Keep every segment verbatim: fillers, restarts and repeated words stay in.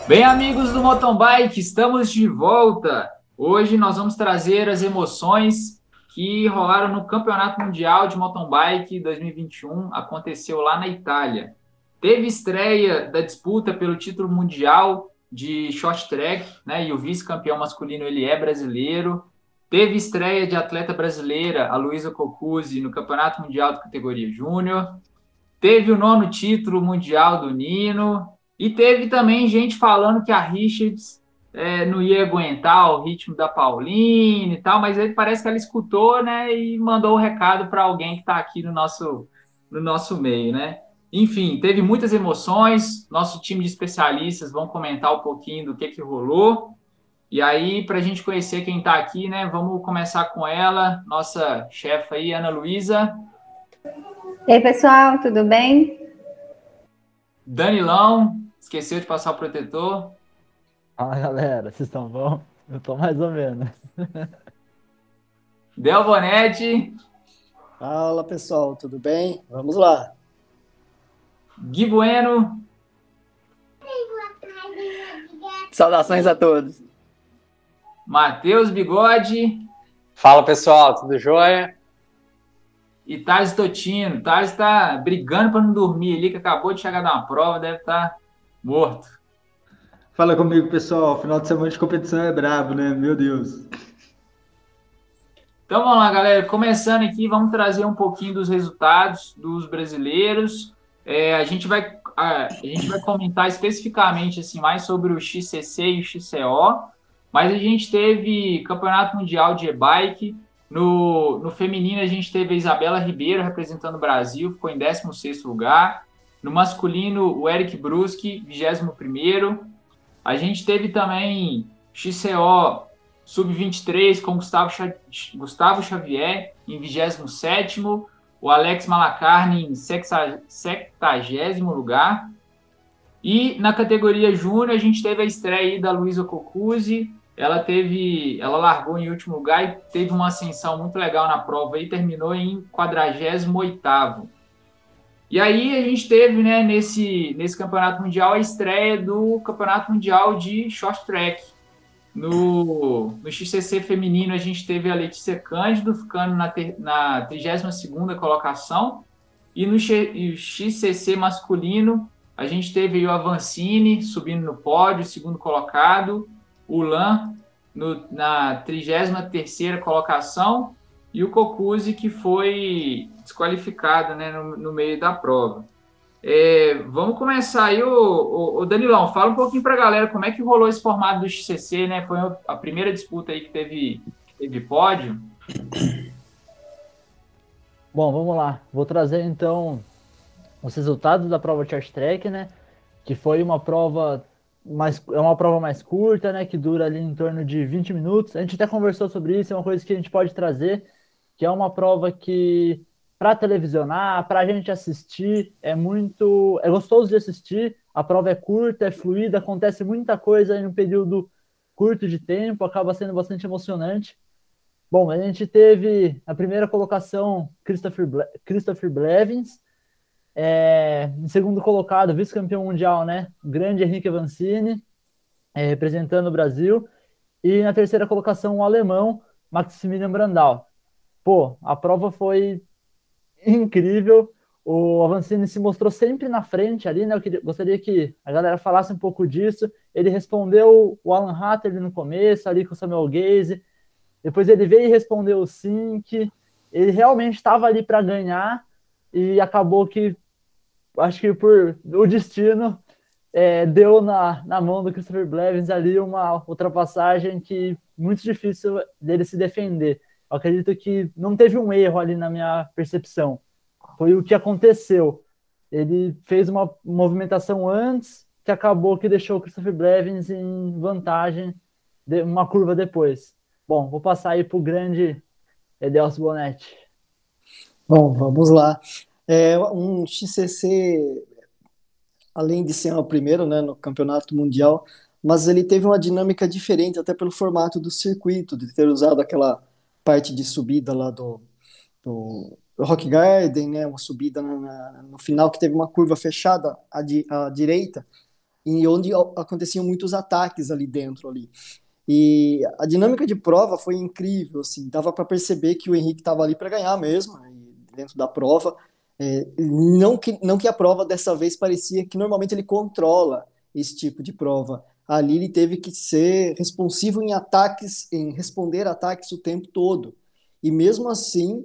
Bem, amigos do Mountain Bike, estamos de volta. Hoje nós vamos trazer as emoções que rolaram no Campeonato Mundial de Mountain Bike dois mil e vinte e um, aconteceu lá na Itália. Teve estreia da disputa pelo título mundial de short track, né? E o vice-campeão masculino ele é brasileiro. Teve estreia de atleta brasileira, a Luísa Cocuzzi, no Campeonato Mundial de categoria Júnior. Teve o nono título mundial do Nino. E teve também gente falando que a Richards é, não ia aguentar o ritmo da Pauline e tal, mas ele parece que ela escutou, né, e mandou o recado para alguém que está aqui no nosso, no nosso meio, né? Enfim, teve muitas emoções. Nosso time de especialistas vão comentar um pouquinho do que, que rolou. E aí, para a gente conhecer quem está aqui, né, vamos começar com ela, nossa chefe aí, Ana Luísa. Ei, pessoal, tudo bem? Danilão, esqueceu de passar o protetor. Fala galera, vocês estão bom? Eu tô mais ou menos. Del Bonetti. Fala pessoal, tudo bem? Vamos lá. Gui Bueno. Saudações a todos. Matheus Bigode. Fala pessoal, tudo jóia? E Thales Totino. Thales está brigando para não dormir ali, que acabou de chegar de uma prova, deve estar morto. Fala comigo, pessoal. Final de semana de competição é brabo, né? Meu Deus. Então vamos lá, galera. Começando aqui, vamos trazer um pouquinho dos resultados dos brasileiros. É, a gente vai a, a gente vai comentar especificamente assim mais sobre o X C C e o X C O, mas a gente teve Campeonato Mundial de E-Bike. No, no feminino, a gente teve a Isabela Ribeiro representando o Brasil, ficou em décimo sexto lugar. No masculino, o Eric Bruschi, vigésimo primeiro. A gente teve também X C O sub vinte e três com Gustavo, Gustavo Xavier em vigésimo sétimo. O Alex Malacarne em sexagésimo lugar. E na categoria Júnior, a gente teve a estreia aí da Luísa Cocuzzi. Ela teve, ela largou em último lugar e teve uma ascensão muito legal na prova e terminou em quadragésimo oitavo. E aí a gente teve, né, nesse, nesse campeonato mundial a estreia do campeonato mundial de short track. No, no X C C feminino a gente teve a Letícia Cândido ficando na, ter, na trigésima segunda colocação. E no X C C masculino a gente teve o Avancini subindo no pódio, segundo colocado. O Lan no, na trigésima terceira colocação e o Cocuzzi que foi desqualificado, né, no, no meio da prova. É, vamos começar aí, o, o Danilão, fala um pouquinho para a galera como é que rolou esse formato do X C C, né? Foi a primeira disputa aí que teve, teve pódio. Bom, vamos lá. Vou trazer então os resultados da prova Short Track, né? Que foi uma prova mais, é uma prova mais curta, né? Que dura ali em torno de vinte minutos. A gente até conversou sobre isso, é uma coisa que a gente pode trazer, que é uma prova que para televisionar, para a gente assistir, é muito, é gostoso de assistir. A prova é curta, é fluida, acontece muita coisa em um período curto de tempo, acaba sendo bastante emocionante. Bom, a gente teve a primeira colocação, Christopher, Ble Christopher Blevins, é, em segundo colocado, vice-campeão mundial, né? O grande Henrique Avancini, é, representando o Brasil. E na terceira colocação, o alemão, Maximilian Brandau. Pô, a prova foi incrível. O Avancini se mostrou sempre na frente ali, né? Eu queria, gostaria que a galera falasse um pouco disso. Ele respondeu o Alan Hatterley no começo, ali com o Samuel Gaze. Depois ele veio e respondeu o Sink. Ele realmente estava ali para ganhar e acabou que, acho que por o destino, é, deu na, na mão do Christopher Blevins ali uma ultrapassagem que muito difícil dele se defender. Eu acredito que não teve um erro ali na minha percepção. Foi o que aconteceu. Ele fez uma movimentação antes que acabou que deixou o Christopher Blevins em vantagem de uma curva depois. Bom, vou passar aí para o grande Edelcio Bonetti. Bom, vamos lá. É um X C C, além de ser o primeiro, né, no campeonato mundial, mas ele teve uma dinâmica diferente, até pelo formato do circuito, de ter usado aquela parte de subida lá do, do, do Rock Garden, né, uma subida na, na, no final que teve uma curva fechada à, di, à direita, e onde aconteciam muitos ataques ali dentro ali. E a dinâmica de prova foi incrível, assim, dava para perceber que o Henrique estava ali para ganhar mesmo, né, dentro da prova. É, não que não que a prova dessa vez parecia que normalmente ele controla esse tipo de prova. Ali ele teve que ser responsivo em ataques, em responder ataques o tempo todo. E mesmo assim,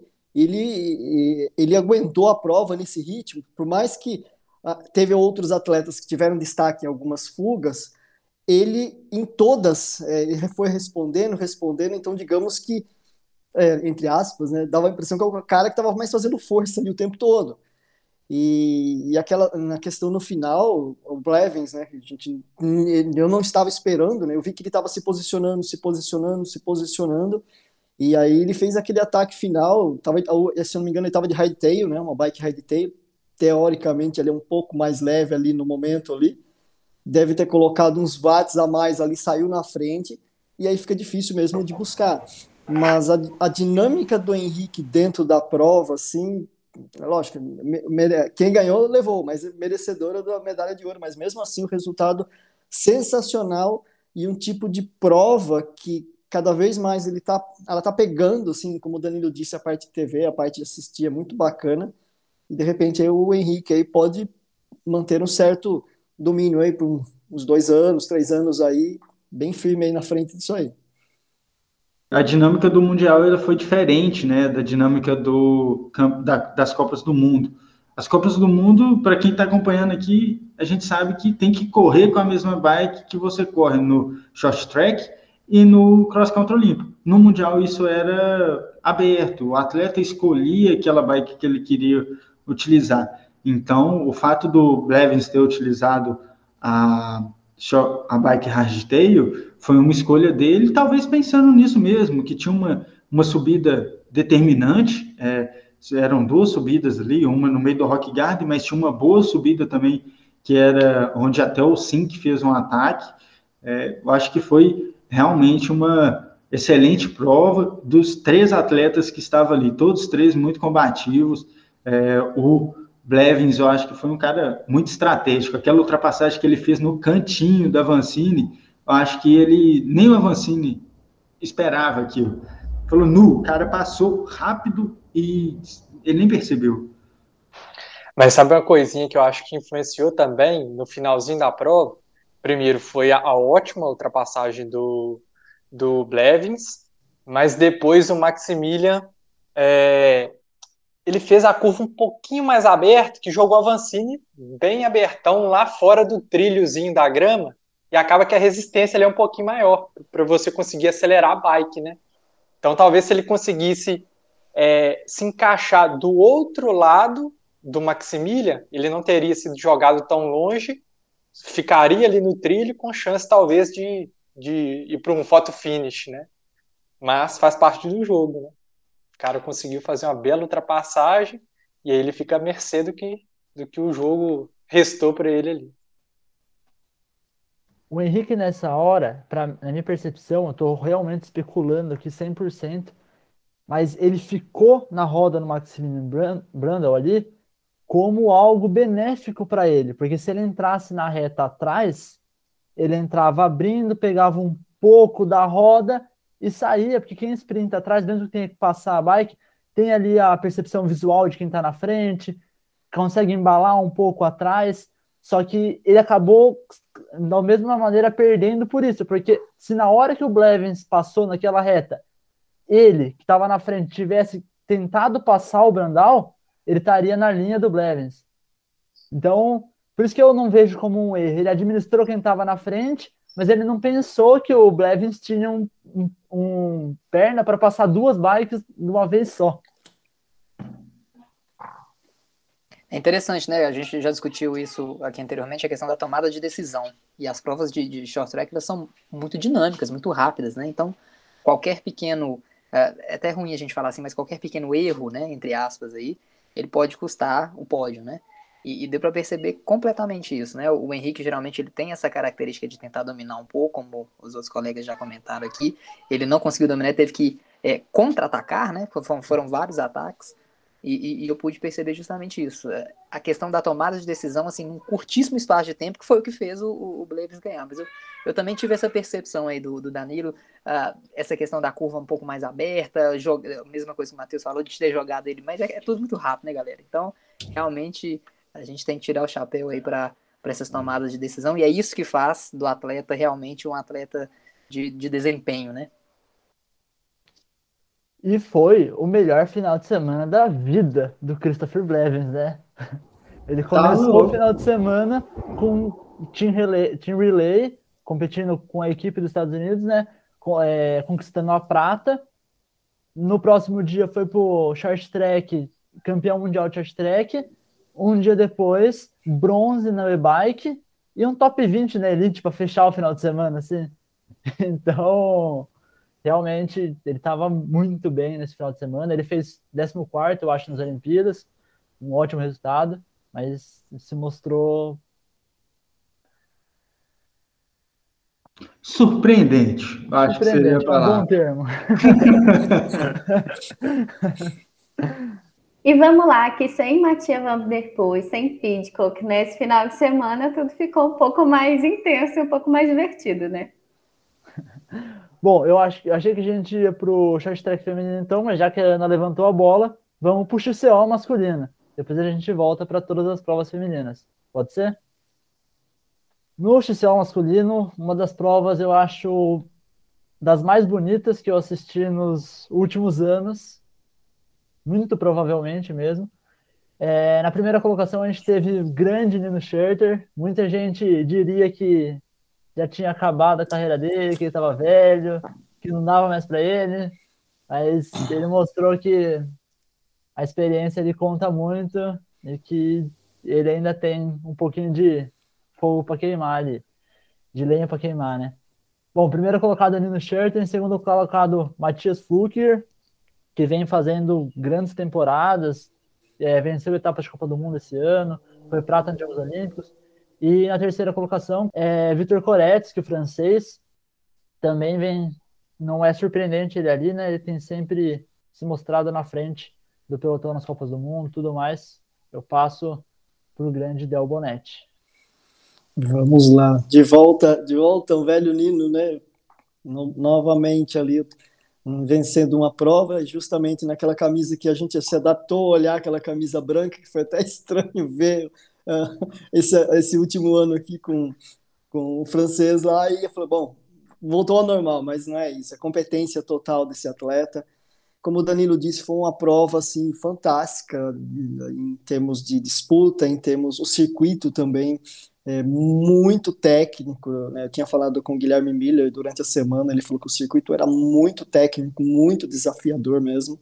ele ele aguentou a prova nesse ritmo, por mais que ah, teve outros atletas que tiveram destaque em algumas fugas, ele em todas é, ele foi respondendo, respondendo, então digamos que, é, entre aspas, né, dava a impressão que é o cara que estava mais fazendo força ali o tempo todo. E, e aquela, na questão no final, o Blevins, né, que a gente, eu não estava esperando, né, eu vi que ele estava se posicionando, se posicionando, se posicionando, e aí ele fez aquele ataque final, tava, se eu não me engano ele estava de hardtail, né, uma bike hardtail, teoricamente ele é um pouco mais leve ali no momento ali, deve ter colocado uns watts a mais ali, saiu na frente, e aí fica difícil mesmo de buscar. Mas a, a dinâmica do Henrique dentro da prova, assim, lógico, quem ganhou levou, mas merecedora da medalha de ouro, mas mesmo assim o resultado sensacional e um tipo de prova que cada vez mais ele tá, ela tá pegando, assim, como o Danilo disse, a parte de T V, a parte de assistir é muito bacana, e de repente aí o Henrique aí pode manter um certo domínio aí por uns dois anos, três anos aí, bem firme aí na frente disso aí. A dinâmica do Mundial ela foi diferente, né, da dinâmica do, da, das Copas do Mundo. As Copas do Mundo, para quem está acompanhando aqui, a gente sabe que tem que correr com a mesma bike que você corre no short track e no cross country olímpico. No Mundial isso era aberto, o atleta escolhia aquela bike que ele queria utilizar. Então, o fato do Blevins ter utilizado a, a bike hardtail foi uma escolha dele, talvez pensando nisso mesmo, que tinha uma, uma subida determinante, é, eram duas subidas ali, uma no meio do Rock Garden, mas tinha uma boa subida também, que era onde até o Sink fez um ataque. É, eu acho que foi realmente uma excelente prova dos três atletas que estavam ali, todos três muito combativos. É, o Blevins, eu acho que foi um cara muito estratégico, aquela ultrapassagem que ele fez no cantinho da Avancini, eu acho que ele, nem o Avancini esperava aquilo. Falou, nu, o cara passou rápido e ele nem percebeu. Mas sabe uma coisinha que eu acho que influenciou também no finalzinho da prova? Primeiro foi a, a ótima ultrapassagem do, do Blevins, mas depois o Maximilian é, ele fez a curva um pouquinho mais aberta, que jogou a Avancini bem abertão lá fora do trilhozinho da grama, e acaba que a resistência ali é um pouquinho maior, para você conseguir acelerar a bike, né? Então talvez se ele conseguisse é, se encaixar do outro lado do Maximilian, ele não teria sido jogado tão longe, ficaria ali no trilho com chance talvez de, de ir para um photo finish, né? Mas faz parte do jogo, né? O cara conseguiu fazer uma bela ultrapassagem e aí ele fica à mercê do que, do que o jogo restou para ele ali. O Henrique nessa hora, pra, na minha percepção, eu tô realmente especulando aqui cem por cento, mas ele ficou na roda no Maximilian Brundle ali como algo benéfico para ele, porque se ele entrasse na reta atrás, ele entrava abrindo, pegava um pouco da roda e saía, porque quem sprinta atrás, mesmo que tenha que passar a bike, tem ali a percepção visual de quem está na frente, consegue embalar um pouco atrás, só que ele acabou, da mesma maneira, perdendo por isso, porque se na hora que o Blevins passou naquela reta, ele, que estava na frente, tivesse tentado passar o Brandao, ele estaria na linha do Blevins. Então, por isso que eu não vejo como um erro. Ele administrou quem estava na frente, mas ele não pensou que o Blevins tinha um, um, um perna para passar duas bikes de uma vez só. É interessante, né? A gente já discutiu isso aqui anteriormente, a questão da tomada de decisão. E as provas de, de short track, elas são muito dinâmicas, muito rápidas, né? Então, qualquer pequeno... É até ruim a gente falar assim, mas qualquer pequeno erro, né, entre aspas aí, ele pode custar o pódio, né? E, e deu para perceber completamente isso, né? O Henrique, geralmente, ele tem essa característica de tentar dominar um pouco, como os outros colegas já comentaram aqui. Ele não conseguiu dominar, teve que é, contra-atacar, né? Foram, foram vários ataques. E, e, e eu pude perceber justamente isso. A questão da tomada de decisão, assim, num curtíssimo espaço de tempo, que foi o que fez o, o Blevins ganhar. Mas eu, eu também tive essa percepção aí do, do Danilo, uh, essa questão da curva um pouco mais aberta, joga, a mesma coisa que o Matheus falou, de ter jogado ele, mas é, é tudo muito rápido, né, galera? Então, realmente, a gente tem que tirar o chapéu aí para essas tomadas de decisão, e é isso que faz do atleta realmente um atleta de, de desempenho, né? E foi o melhor final de semana da vida do Christopher Blevins, né? Ele começou louco. o final de semana com Team Relay, Team Relay, competindo com a equipe dos Estados Unidos, né? Com, é, conquistando a prata. No próximo dia foi pro short track, campeão mundial de short track. Um dia depois, bronze na e-bike e um top vinte na Elite para fechar o final de semana, assim. Então, realmente, ele estava muito bem nesse final de semana. Ele fez décimo quarto, eu acho, nas Olimpíadas. Um ótimo resultado, mas se mostrou... Surpreendente, acho que seria a surpreendente, é um bom palavra. termo. E vamos lá, que sem Mathieu Van Der Poel e sem Pidcock, nesse final de semana tudo ficou um pouco mais intenso e um pouco mais divertido, né? Bom, eu acho, eu achei que a gente ia pro short track feminino então, mas já que a Ana levantou a bola, vamos pro X C O masculino. Depois a gente volta para todas as provas femininas. Pode ser? No X C O masculino, uma das provas eu acho das mais bonitas que eu assisti nos últimos anos, muito provavelmente mesmo. É, na primeira colocação a gente teve o grande Nino Schurter. Muita gente diria que já tinha acabado a carreira dele, que ele estava velho, que não dava mais para ele, mas ele mostrou que a experiência ele conta muito e que ele ainda tem um pouquinho de fogo para queimar ali, de lenha para queimar, né? Bom, primeiro colocado Nino Schurter, em segundo colocado Matthias Flukiger, que vem fazendo grandes temporadas, é, venceu etapas de Copa do Mundo esse ano, foi prata nos Jogos Olímpicos. E na terceira colocação, é Vitor Koretsky, o francês, também vem, não é surpreendente ele ali, né? Ele tem sempre se mostrado na frente do pelotão nas Copas do Mundo, tudo mais. Eu passo pro grande Del Bonetti. Vamos lá, de volta, de volta o velho Nino, né? No, novamente ali vencendo uma prova, justamente naquela camisa que a gente se adaptou a olhar, aquela camisa branca, que foi até estranho ver uh, esse, esse último ano aqui com, com o francês lá, e eu falei, bom, voltou ao normal, mas não é isso, é competência total desse atleta. Como o Danilo disse, foi uma prova assim fantástica em termos de disputa, em termos o circuito também é muito técnico, né? Eu tinha falado com o Guilherme Miller durante a semana, ele falou que o circuito era muito técnico, muito desafiador mesmo.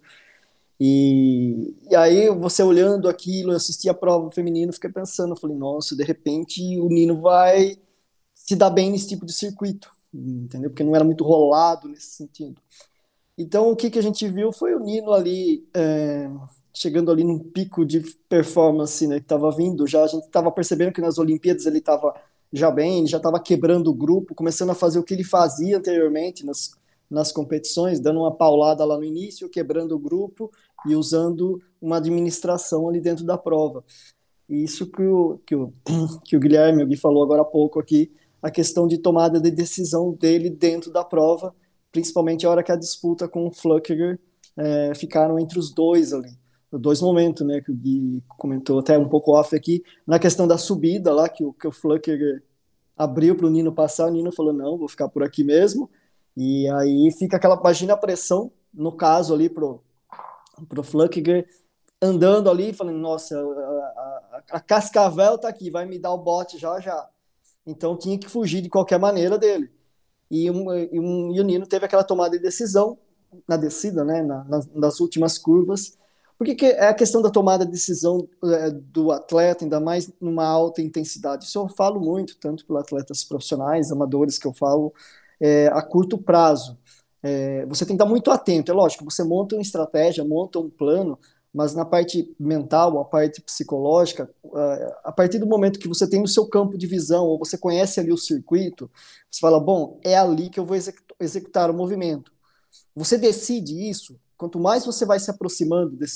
E, e aí você olhando aquilo, eu assisti a prova feminina, fiquei pensando, falei, nossa, de repente o Nino vai se dar bem nesse tipo de circuito, entendeu? Porque não era muito rolado nesse sentido. Então, o que, que a gente viu foi o Nino ali, é, chegando ali num pico de performance, né, que estava vindo já, a gente estava percebendo que nas Olimpíadas ele estava já bem, ele já estava quebrando o grupo, começando a fazer o que ele fazia anteriormente nas, nas competições, dando uma paulada lá no início, quebrando o grupo e usando uma administração ali dentro da prova. E isso que o, que o, que o Guilherme, o Gui falou agora há pouco aqui, a questão de tomada de decisão dele dentro da prova, principalmente a hora que a disputa com o Flukiger é, ficaram entre os dois ali, os dois momentos, né, que o Gui comentou até um pouco off aqui, na questão da subida lá, que o, que o Flukiger abriu para o Nino passar, o Nino falou, não, vou ficar por aqui mesmo, e aí fica aquela, imagina a pressão, no caso ali pro, pro Flukiger, andando ali, falando, nossa, a, a, a Cascavel tá aqui, vai me dar o bote já, já, então tinha que fugir de qualquer maneira dele. E, um, e, um, e o Nino teve aquela tomada de decisão na descida, né, na, nas, nas últimas curvas, porque que é a questão da tomada de decisão é, do atleta, ainda mais numa alta intensidade. Isso eu falo muito, tanto para atletas profissionais, amadores, que eu falo é, a curto prazo. É, você tem que estar muito atento, é lógico, você monta uma estratégia, monta um plano, mas na parte mental, a parte psicológica, a partir do momento que você tem o seu campo de visão, ou você conhece ali o circuito, você fala, bom, é ali que eu vou executar o movimento. Você decide isso, quanto mais você vai se aproximando desse,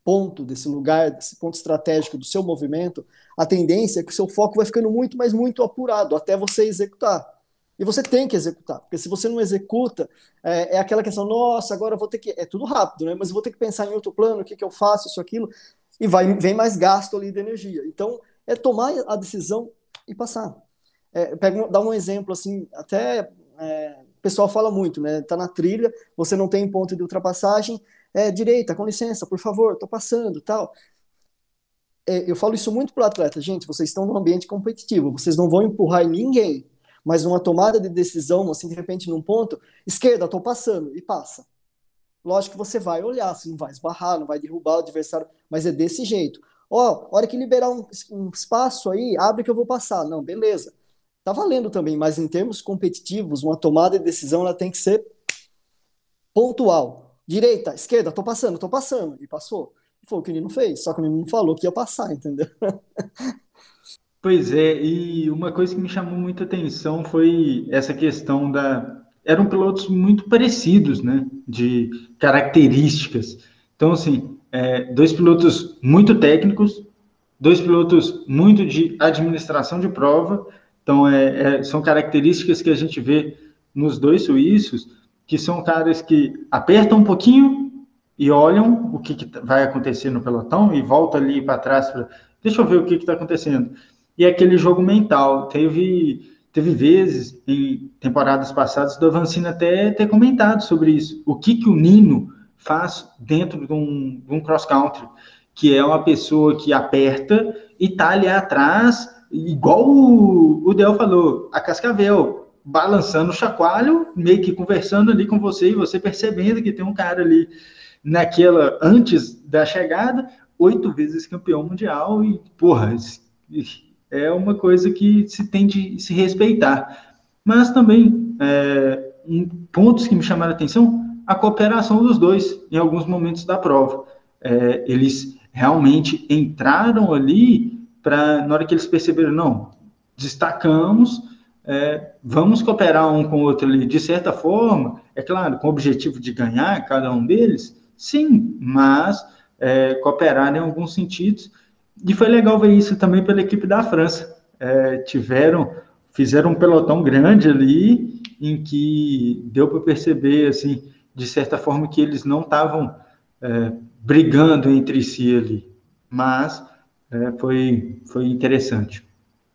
ponto, desse lugar, desse ponto estratégico do seu movimento, a tendência é que o seu foco vai ficando muito, mas muito apurado até você executar. E você tem que executar, porque se você não executa, é, é aquela questão, nossa, agora eu vou ter que... É tudo rápido, né? Mas eu vou ter que pensar em outro plano, o que, que eu faço, isso, aquilo, e vai, vem mais gasto ali de energia. Então, é tomar a decisão e passar. É, pega, dá um exemplo, assim, até é, o pessoal fala muito, né? Tá na trilha, você não tem ponto de ultrapassagem, é, direita, com licença, por favor, tô passando, tal. É, eu falo isso muito para o atleta, gente, vocês estão num ambiente competitivo, vocês não vão empurrar ninguém, mas uma tomada de decisão, assim, de repente, num ponto, esquerda, tô passando, e passa. Lógico que você vai olhar, você não vai esbarrar, não vai derrubar o adversário, mas é desse jeito. Ó, hora que liberar um, um espaço aí, abre que eu vou passar. Não, beleza. Tá valendo também, mas em termos competitivos, uma tomada de decisão, ela tem que ser pontual. Direita, esquerda, tô passando, tô passando. E passou. Foi o que o Nino fez, só que o Nino não falou que ia passar, entendeu? Pois é, e uma coisa que me chamou muita atenção foi essa questão da... Eram pilotos muito parecidos, né? De características. Então, assim, é, dois pilotos muito técnicos, dois pilotos muito de administração de prova. Então, é, é, são características que a gente vê nos dois suíços, que são caras que apertam um pouquinho e olham o que, que vai acontecer no pelotão e volta ali para trás para... Deixa eu ver o que está acontecendo. E aquele jogo mental. Teve, teve vezes, em temporadas passadas, do Avancini até ter comentado sobre isso. O que, que o Nino faz dentro de um, de um cross-country, que é uma pessoa que aperta e tá ali atrás, igual o, o Del falou, a cascavel, balançando o chacoalho, meio que conversando ali com você, e você percebendo que tem um cara ali naquela, antes da chegada, oito vezes campeão mundial, e, porra, é uma coisa que se tem de se respeitar. Mas também, é, um, pontos que me chamaram a atenção, a cooperação dos dois, em alguns momentos da prova. É, eles realmente entraram ali, para na hora que eles perceberam, não, destacamos, é, vamos cooperar um com o outro ali, de certa forma, é claro, com o objetivo de ganhar cada um deles, sim, mas é, cooperar em alguns sentidos. E foi legal ver isso também pela equipe da França. É, tiveram, fizeram um pelotão grande ali, em que deu para perceber, assim, de certa forma, que eles não estavam é, brigando entre si ali. Mas é, foi, foi interessante.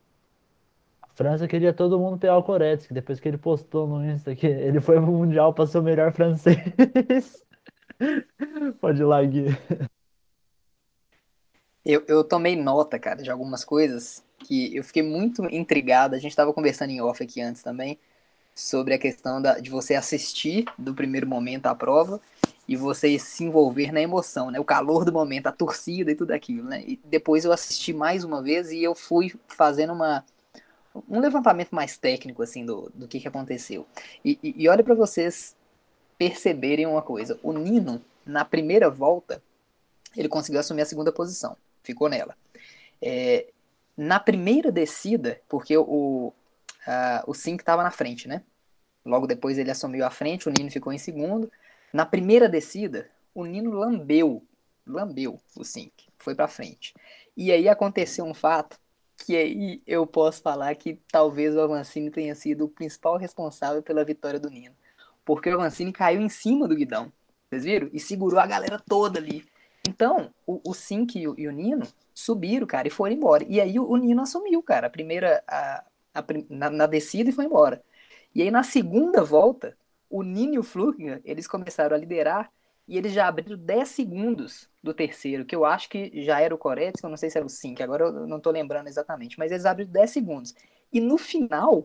A França queria todo mundo pegar o Koretsky, depois que ele postou no Insta que ele foi pro Mundial para ser o melhor francês. Pode ir lá, Gui. Eu, eu tomei nota, cara, de algumas coisas que eu fiquei muito intrigado. A gente estava conversando em off aqui antes também, sobre a questão da, de você assistir do primeiro momento à prova e você se envolver na emoção, né? O calor do momento, a torcida e tudo aquilo, né? E depois eu assisti mais uma vez e eu fui fazendo uma, um levantamento mais técnico, assim, do, do que, que aconteceu. E, e, e olha para vocês perceberem uma coisa. O Nino, na primeira volta, ele conseguiu assumir a segunda posição. Ficou nela. É, na primeira descida, porque o, a, o Sink estava na frente, né? Logo depois ele assumiu a frente, o Nino ficou em segundo. Na primeira descida, o Nino lambeu, lambeu o Sink, foi para frente. E aí aconteceu um fato que aí eu posso falar que talvez o Avancini tenha sido o principal responsável pela vitória do Nino. Porque o Avancini caiu em cima do guidão, vocês viram? E segurou a galera toda ali. Então, o, o Sink e o, e o Nino subiram, cara, e foram embora. E aí o, o Nino assumiu, cara, a primeira, a, a, na, na descida e foi embora. E aí na segunda volta, o Nino e o Flückiger, eles começaram a liderar e eles já abriram dez segundos do terceiro, que eu acho que já era o Koretsky, eu não sei se era o Sink, agora eu não tô lembrando exatamente, mas eles abriram dez segundos. E no final,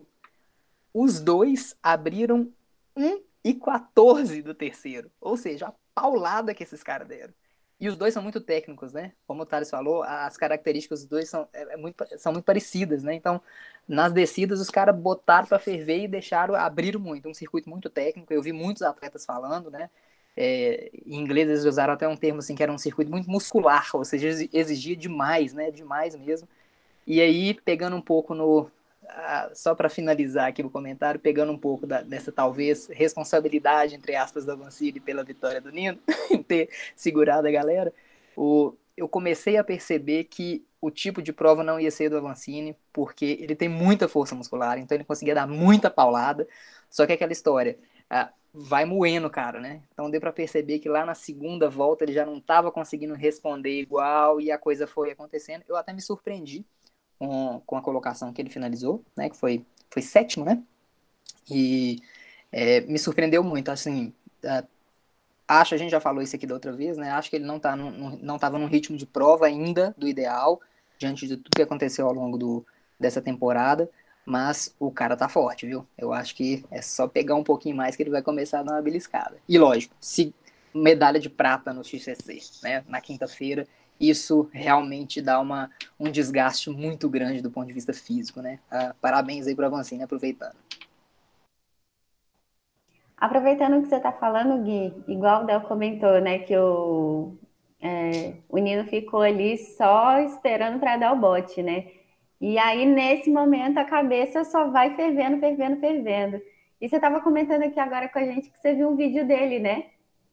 os dois abriram um e quatorze do terceiro. Ou seja, a paulada que esses caras deram. E os dois são muito técnicos, né? Como o Thales falou, as características dos dois são, é, muito, são muito parecidas, né? Então, nas descidas, os caras botaram para ferver e deixaram, abriram muito. Um circuito muito técnico. Eu vi muitos atletas falando, né? É, em inglês, eles usaram até um termo assim, que era um circuito muito muscular, ou seja, exigia demais, né? Demais mesmo. E aí, pegando um pouco no... Uh, só para finalizar aqui o comentário, pegando um pouco da, dessa, talvez, responsabilidade, entre aspas, da Avancini pela vitória do Nino, em ter segurado a galera, o, eu comecei a perceber que o tipo de prova não ia ser do Avancini, porque ele tem muita força muscular, então ele conseguia dar muita paulada, só que é aquela história, ah, vai moendo, cara, né? Então deu para perceber que lá na segunda volta ele já não estava conseguindo responder igual e a coisa foi acontecendo. Eu até me surpreendi com, com a colocação que ele finalizou, né? Que foi, foi sétimo, né? E é, me surpreendeu muito, assim, uh, acho, a gente já falou isso aqui da outra vez, né? Acho que ele não tá num, não estava num ritmo de prova ainda do ideal, diante de tudo que aconteceu ao longo do, dessa temporada, mas o cara tá forte, viu? Eu acho que é só pegar um pouquinho mais que ele vai começar a dar uma beliscada. E lógico, se medalha de prata no X C C, né? Na quinta-feira, isso realmente dá uma, um desgaste muito grande do ponto de vista físico, né? Uh, parabéns aí pro Avancini, aproveitando. Aproveitando o que você está falando, Gui, igual o Del comentou, né, que o, é, o Nino ficou ali só esperando para dar o bote, né? E aí, nesse momento, a cabeça só vai fervendo, fervendo, fervendo. E você estava comentando aqui agora com a gente que você viu um vídeo dele, né?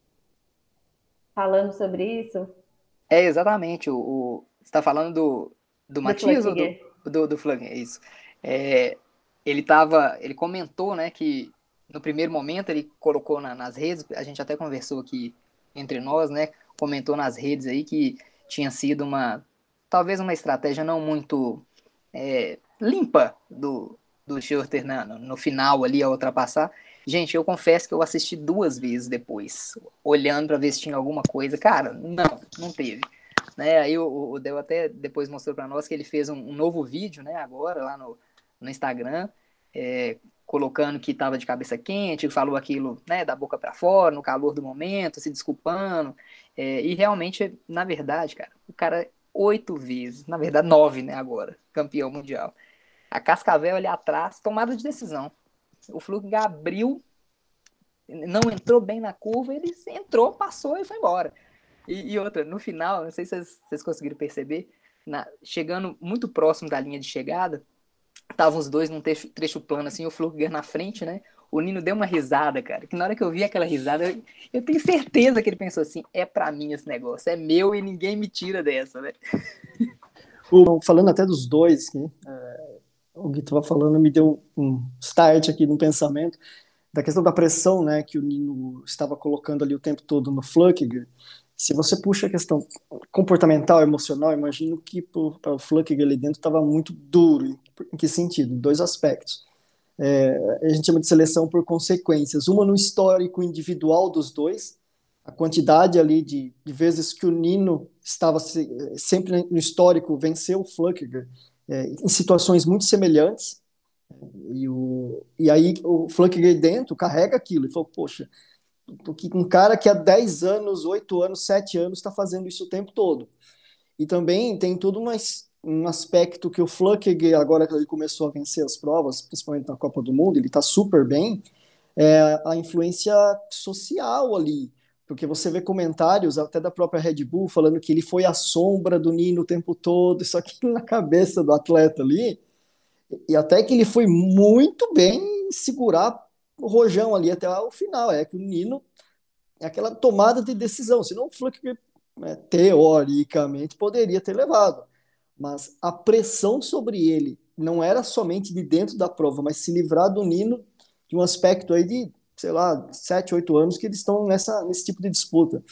Falando sobre isso. É, exatamente. O, o, você está falando do, do, do Matias ou do, do, do Flamengo? É isso. É, ele, tava, ele comentou, né, que no primeiro momento ele colocou na, nas redes, a gente até conversou aqui entre nós, né, comentou nas redes aí que tinha sido uma, talvez uma estratégia não muito é, limpa do, do Schurter na, no, no final ali, a ultrapassar. Gente, eu confesso que eu assisti duas vezes depois, olhando para ver se tinha alguma coisa. Cara, não, não teve. Né? Aí o, o Del até depois mostrou para nós que ele fez um, um novo vídeo, né, agora, lá no, no Instagram, é, colocando que estava de cabeça quente, falou aquilo, né, da boca para fora, no calor do momento, se desculpando. É, e realmente, na verdade, cara, o cara oito vezes, na verdade nove, né, agora, campeão mundial. A Cascavel ali atrás, tomada de decisão. O Flug abriu, não entrou bem na curva, ele entrou, passou e foi embora. E, e outra, no final, não sei se vocês, vocês conseguiram perceber, na, chegando muito próximo da linha de chegada, estavam os dois num trecho, trecho plano, assim, o Flugger na frente, né? O Nino deu uma risada, cara, que na hora que eu vi aquela risada, eu, eu tenho certeza que ele pensou assim, é pra mim esse negócio, é meu e ninguém me tira dessa, né? Falando até dos dois, né? É, o Gui estava falando, me deu um start aqui no pensamento, da questão da pressão, né, que o Nino estava colocando ali o tempo todo no Flückiger. Se você puxa a questão comportamental, emocional, imagino que para o Flückiger ali dentro estava muito duro. Em que sentido? Em dois aspectos. É, a gente chama de seleção por consequências. Uma no histórico individual dos dois, a quantidade ali de, de vezes que o Nino estava se, sempre no histórico, venceu o Flückiger é, em situações muito semelhantes. E, o, e aí o Flückiger dentro carrega aquilo e falou, poxa, um cara que há dez anos, oito anos, sete anos está fazendo isso o tempo todo. E também tem todo uma, um aspecto que o Flückiger, agora que ele começou a vencer as provas, principalmente na Copa do Mundo, ele está super bem, é a influência social ali, porque você vê comentários até da própria Red Bull falando que ele foi a sombra do Nino o tempo todo, isso aqui na cabeça do atleta ali, e até que ele foi muito bem em segurar o rojão ali até o final. É que o Nino é aquela tomada de decisão, senão o Flückiger, né, teoricamente, poderia ter levado. Mas a pressão sobre ele não era somente de dentro da prova, mas se livrar do Nino de um aspecto aí de, sei lá, sete, oito anos que eles estão nessa, nesse tipo de disputa.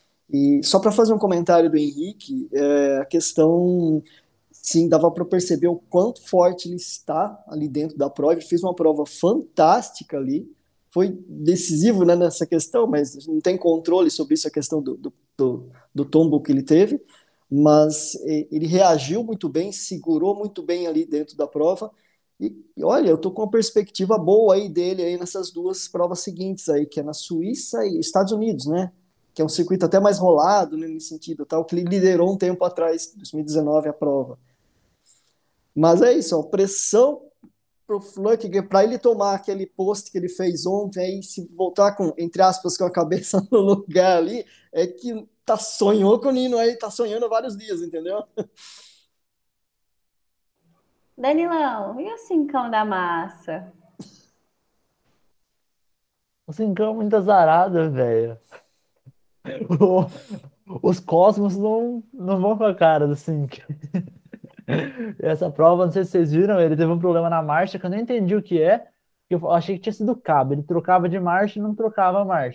E só para fazer um comentário do Henrique, é, a questão... Sim, dava para perceber o quanto forte ele está ali dentro da prova. Ele fez uma prova fantástica ali. Foi decisivo, né, nessa questão, mas não tem controle sobre isso, a questão do, do, do, do tombo que ele teve. Mas ele reagiu muito bem, segurou muito bem ali dentro da prova. E, e olha, eu estou com uma perspectiva boa aí dele aí nessas duas provas seguintes aí, que é na Suíça e Estados Unidos, né? Que é um circuito até mais rolado, né, nesse sentido, tal, que ele liderou um tempo atrás, dois mil e dezenove, a prova. Mas é isso, ó, pressão pro Flückiger para ele tomar aquele post que ele fez ontem, aí se voltar com, entre aspas, com a cabeça no lugar ali, é que tá sonhou com o Nino aí, tá sonhando há vários dias, entendeu? Danilão, e o cincão da massa? O cincão é muito azarado, velho. Os Cosmos não, não vão com a cara do Sink. Essa prova, não sei se vocês viram, ele teve um problema na marcha que eu nem entendi o que é. Eu achei que tinha sido cabo. Ele trocava de marcha e não trocava a marcha.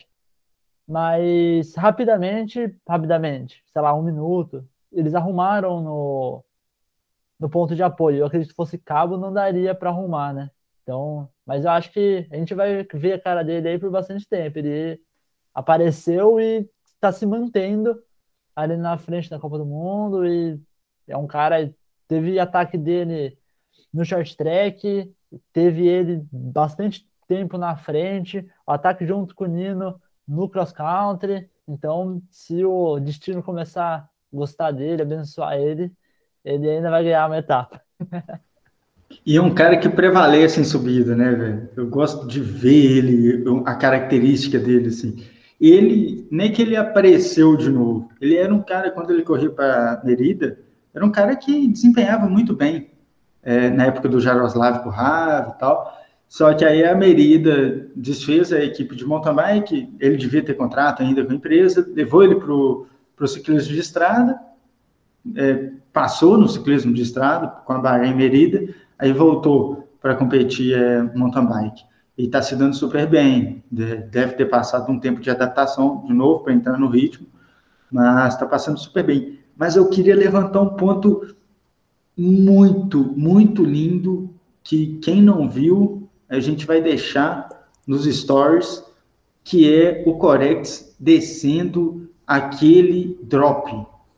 Mas rapidamente, rapidamente, sei lá, um minuto, eles arrumaram no, no ponto de apoio. Eu acredito que fosse cabo, não daria para arrumar, né? Então, mas eu acho que a gente vai ver a cara dele aí por bastante tempo. Ele apareceu e está se mantendo ali na frente da Copa do Mundo e é um cara, teve ataque dele no short track, teve ele bastante tempo na frente, o ataque junto com o Nino no cross country. Então, se o destino começar a gostar dele, abençoar ele, ele ainda vai ganhar uma etapa. E é um cara que prevalece em subida, né, velho? Eu gosto de ver ele, a característica dele, assim. Ele, nem que ele apareceu de novo, ele era um cara, quando ele corria para Merida, era um cara que desempenhava muito bem, é, na época do Jaroslav Kurhav e tal. Só que aí a Merida desfez a equipe de mountain bike, ele devia ter contrato ainda com a empresa, levou ele para o ciclismo de estrada, é, passou no ciclismo de estrada com a Bahrein Merida, aí voltou para competir é, mountain bike. E está se dando super bem. Deve ter passado um tempo de adaptação de novo para entrar no ritmo, mas está passando super bem. Mas eu queria levantar um ponto muito, muito lindo que quem não viu, a gente vai deixar nos stories, que é o Corex descendo aquele drop.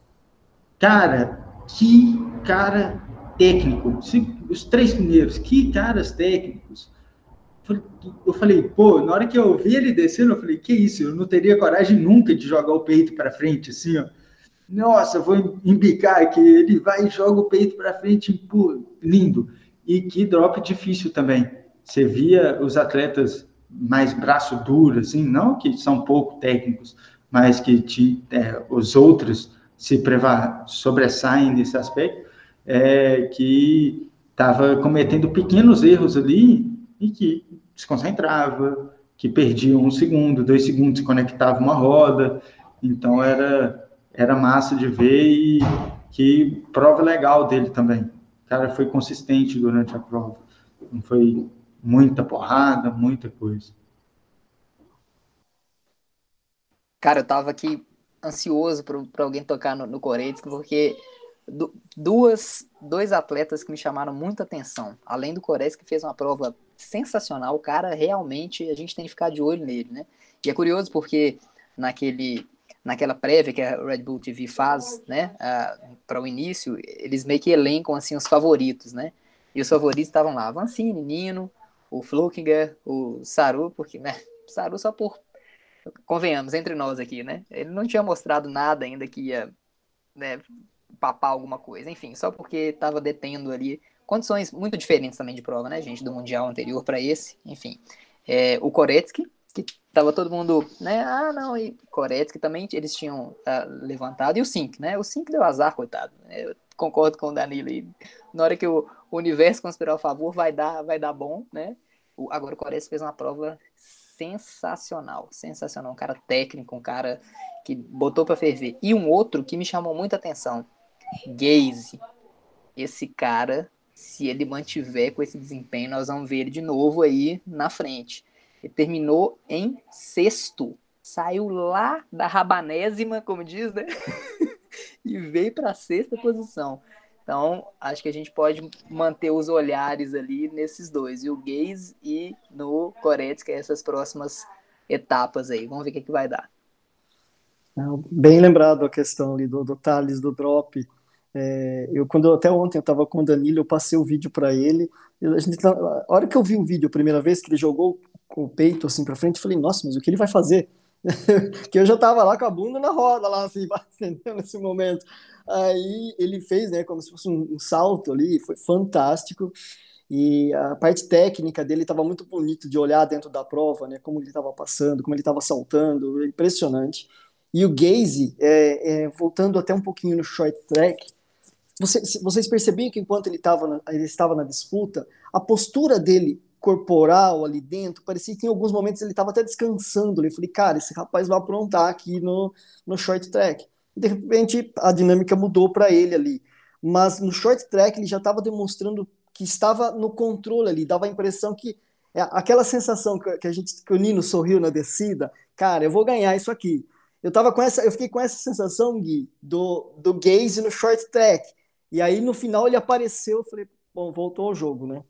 Cara, que cara técnico. Os três primeiros, que caras técnicos. Eu falei, pô, na hora que eu vi ele descendo, eu falei, que isso? Eu não teria coragem nunca de jogar o peito para frente, assim, ó. Nossa, vou embicar aqui. Ele vai e joga o peito para frente, pô, lindo. E que drop difícil também. Você via os atletas mais braço duro, assim, não que são pouco técnicos, mas que te, é, os outros se preva- sobressaem nesse aspecto, é, que estava cometendo pequenos erros ali e que desconcentrava, que perdia um segundo, dois segundos, conectava uma roda. Então era, era massa de ver e que prova legal dele também. O cara foi consistente durante a prova. Não foi muita porrada, muita coisa. Cara, eu tava aqui ansioso para alguém tocar no, no Koretsky, porque du, duas, dois atletas que me chamaram muita atenção. Além do Koretsky, que fez uma prova sensacional, o cara realmente, a gente tem que ficar de olho nele, né? E é curioso porque naquele, naquela prévia que a Red Bull T V faz, né, para o início, eles meio que elencam assim, os favoritos, né? E os favoritos estavam lá, Vancini, Nino, o Flukiger, o Saru, porque, né, Saru só por... Convenhamos, entre nós aqui, né? Ele não tinha mostrado nada ainda que ia, né, papar alguma coisa. Enfim, só porque estava detendo ali condições muito diferentes também de prova, né, gente? Do Mundial anterior para esse. Enfim, é, o Koretsky, que tava todo mundo, né? Ah, não, e Koretsky também eles tinham uh, levantado. E o Sink, né? O Sink deu azar, coitado. Eu concordo com o Danilo. E na hora que o, o universo conspirar a favor, vai dar, vai dar bom, né? O, agora o Koretsky fez uma prova sensacional, sensacional, um cara técnico, um cara que botou pra ferver. E um outro que me chamou muita atenção, Gaze. Esse cara, se ele mantiver com esse desempenho, nós vamos ver ele de novo aí na frente. Ele terminou em sexto, saiu lá da rabanésima, como diz, né? E veio pra sexta posição. Então, acho que a gente pode manter os olhares ali nesses dois, e o Gaze e no Koretsky, essas próximas etapas aí. Vamos ver o que, que vai dar. Bem lembrado a questão ali do, do Thales, do drop. É, eu, quando, até ontem eu estava com o Danilo, eu passei o vídeo para ele. Eu, a, gente, a hora que eu vi o vídeo a primeira vez, que ele jogou com o peito assim para frente, eu falei, nossa, mas o que ele vai fazer? Que eu já estava lá com a bunda na roda, lá assim, entendeu? Nesse momento. Aí ele fez, né, como se fosse um, um salto ali, foi fantástico. E a parte técnica dele estava muito bonito de olhar dentro da prova, né, como ele estava passando, como ele estava saltando, impressionante. E o Gaze, é, é, voltando até um pouquinho no short track, você, vocês percebiam que enquanto ele, tava na, ele estava na disputa, a postura dele corporal ali dentro, parecia que em alguns momentos ele estava até descansando. Eu falei, cara, esse rapaz vai aprontar aqui no, no short track. e de repente a dinâmica mudou para ele ali. Mas no short track ele já estava demonstrando que estava no controle ali, dava a impressão que é aquela sensação que a gente, que o Nino sorriu na descida, cara, eu vou ganhar isso aqui. Eu tava com essa, eu fiquei com essa sensação, Gui, do, do Gaze no short track. E aí no final ele apareceu, eu falei, bom, voltou ao jogo, né?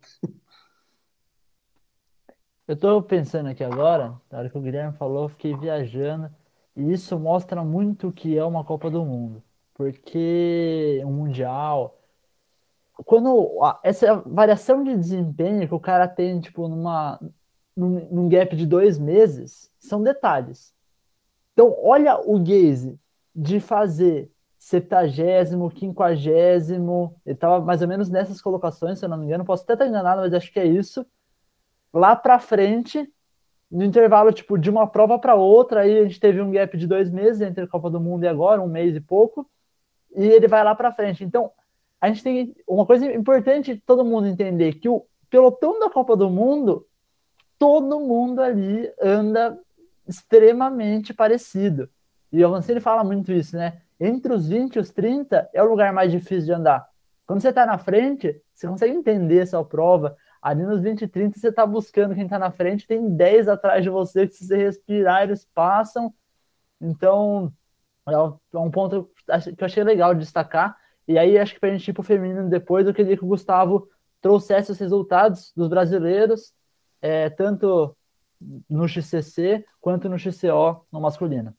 Eu tô pensando aqui agora, na hora que o Guilherme falou, eu fiquei viajando, e isso mostra muito o que é uma Copa do Mundo. Porque um Mundial, quando a- essa variação de desempenho que o cara tem, tipo, numa, num, num gap de dois meses, são detalhes. Então, olha o Gaze de fazer septagésimo, quinquagésimo, ele estava mais ou menos nessas colocações, se eu não me engano, posso até estar enganado, mas acho que é isso. Lá para frente, no intervalo tipo de uma prova para outra, aí a gente teve um gap de dois meses entre a Copa do Mundo e agora, um mês e pouco, e ele vai lá para frente. Então, a gente tem uma coisa importante de todo mundo entender, que o pelotão da Copa do Mundo, todo mundo ali anda extremamente parecido. E o Avancini fala muito isso, né? Entre os vinte e os trinta é o lugar mais difícil de andar. Quando você está na frente, você consegue entender essa prova. Ali nos vinte e trinta você está buscando quem está na frente, tem dez atrás de você que se você respirar eles passam. Então é um ponto que eu achei legal de destacar. E aí acho que para a gente ir para o feminino depois, eu queria que o Gustavo trouxesse os resultados dos brasileiros, é, tanto no X C C quanto no X C O no masculino.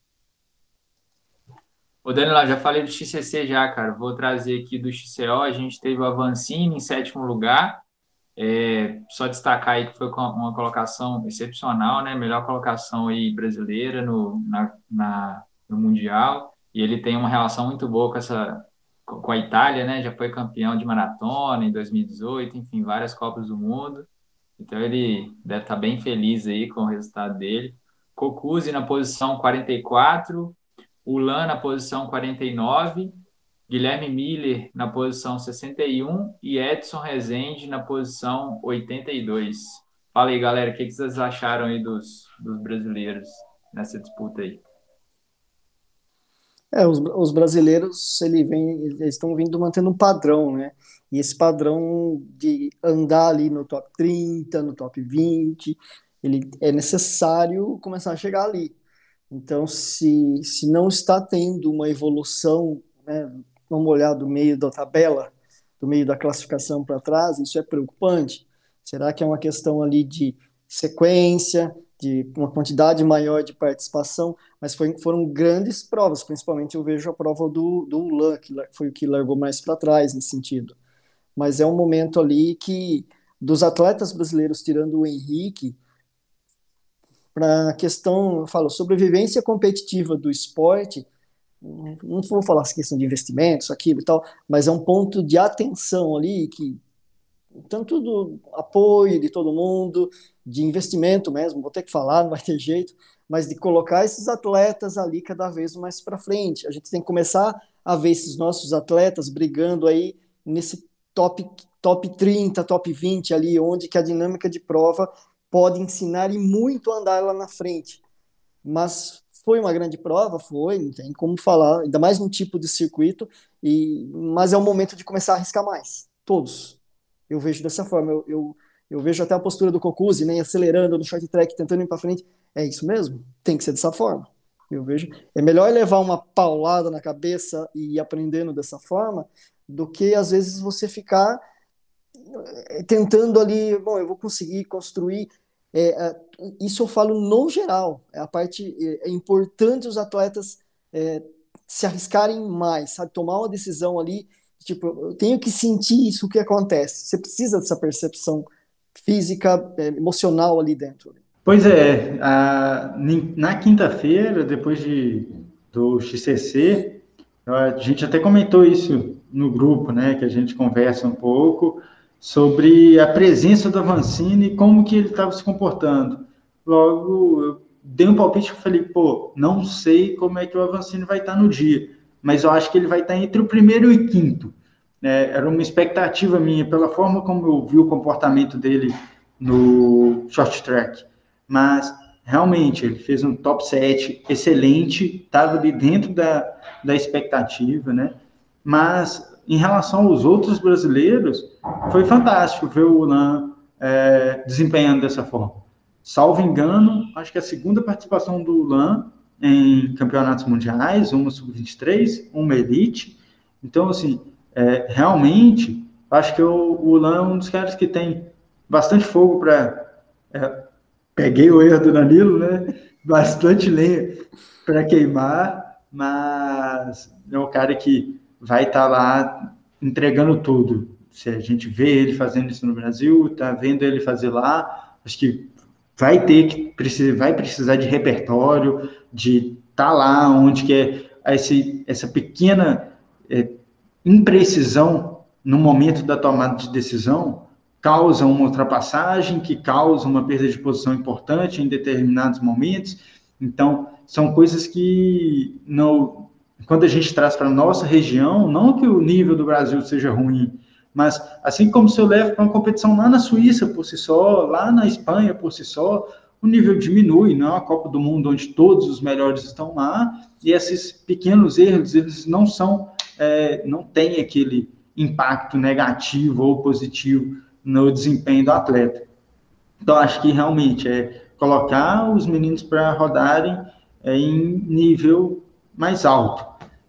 Ô, Danilo, já falei do X C C já, cara. Vou trazer aqui do X C O. A gente teve o Avancini em sétimo lugar. É, só destacar aí que foi uma colocação excepcional, né? Melhor colocação aí brasileira no, na, na, no Mundial. E ele tem uma relação muito boa com, essa, com a Itália, né? Já foi campeão de maratona em dois mil e dezoito, enfim, várias Copas do Mundo. Então ele deve estar bem feliz aí com o resultado dele. Cocuzzi na posição quarenta e quatro, Ulan na posição quarenta e nove, Guilherme Miller na posição sessenta e um e Edson Rezende na posição oitenta e dois. Fala aí, galera, o que vocês acharam aí dos, dos brasileiros nessa disputa aí? É, os, os brasileiros, ele vem, eles estão vindo mantendo um padrão, né? E esse padrão de andar ali no top trinta, no top vinte, ele é necessário começar a chegar ali. Então, se, se não está tendo uma evolução, né, vamos olhar do meio da tabela, do meio da classificação para trás, isso é preocupante. Será que é uma questão ali de sequência, de uma quantidade maior de participação? Mas foi, foram grandes provas, principalmente eu vejo a prova do, do Ulan, que foi o que largou mais para trás nesse sentido. Mas é um momento ali que, dos atletas brasileiros, tirando o Henrique, para a questão, eu falo, sobrevivência competitiva do esporte, não vou falar essa questão de investimentos, aquilo e tal, mas é um ponto de atenção ali, que tanto do apoio de todo mundo, de investimento mesmo, vou ter que falar, não vai ter jeito, mas de colocar esses atletas ali cada vez mais para frente. A gente tem que começar a ver esses nossos atletas brigando aí nesse top, top trinta, top vinte ali, onde que a dinâmica de prova pode ensinar e muito a andar lá na frente. Mas foi uma grande prova, foi, não tem como falar, ainda mais num tipo de circuito, e, mas é o momento de começar a arriscar mais, todos. Eu vejo dessa forma, eu, eu, eu vejo até a postura do Cocuzzi, né, acelerando no short track, tentando ir para frente, é isso mesmo, tem que ser dessa forma. Eu vejo, é melhor levar uma paulada na cabeça e ir aprendendo dessa forma, do que às vezes você ficar tentando ali, bom, eu vou conseguir construir. É, isso eu falo no geral, é a parte, é, é importante os atletas é, se arriscarem mais, sabe, tomar uma decisão ali, tipo, eu tenho que sentir isso, o que acontece, você precisa dessa percepção física, é, emocional ali dentro. Pois é, a, na quinta-feira, depois de, do X C C, a gente até comentou isso no grupo, né, que a gente conversa um pouco, sobre a presença do Avancini e como que ele estava se comportando. Logo, eu dei um palpite e falei, pô, não sei como é que o Avancini vai estar no dia, mas eu acho que ele vai estar entre o primeiro e o quinto. É, era uma expectativa minha, pela forma como eu vi o comportamento dele no short track. Mas, realmente, ele fez um top sete excelente, estava ali dentro da, da expectativa, né? Mas, em relação aos outros brasileiros, foi fantástico ver o Ulan é, desempenhando dessa forma. Salvo engano, acho que a segunda participação do Ulan em campeonatos mundiais, uma sub vinte e três, uma elite. Então, assim, é, realmente, acho que o, o Ulan é um dos caras que tem bastante fogo para... É, peguei o erro do Danilo, né? Bastante lenha para queimar, mas é um cara que vai estar tá lá entregando tudo. Se a gente vê ele fazendo isso no Brasil, tá vendo ele fazer lá, acho que vai ter que precisar, vai precisar de repertório, de estar tá lá onde que é esse, essa pequena é, imprecisão no momento da tomada de decisão causa uma ultrapassagem, que causa uma perda de posição importante em determinados momentos. Então, são coisas que, no, quando a gente traz para a nossa região, não que o nível do Brasil seja ruim, mas assim como se eu levo para uma competição lá na Suíça por si só, lá na Espanha por si só, o nível diminui, não é uma Copa do Mundo onde todos os melhores estão lá, e esses pequenos erros, eles não são, é, não têm aquele impacto negativo ou positivo no desempenho do atleta. Então, acho que realmente é colocar os meninos para rodarem é, em nível mais alto.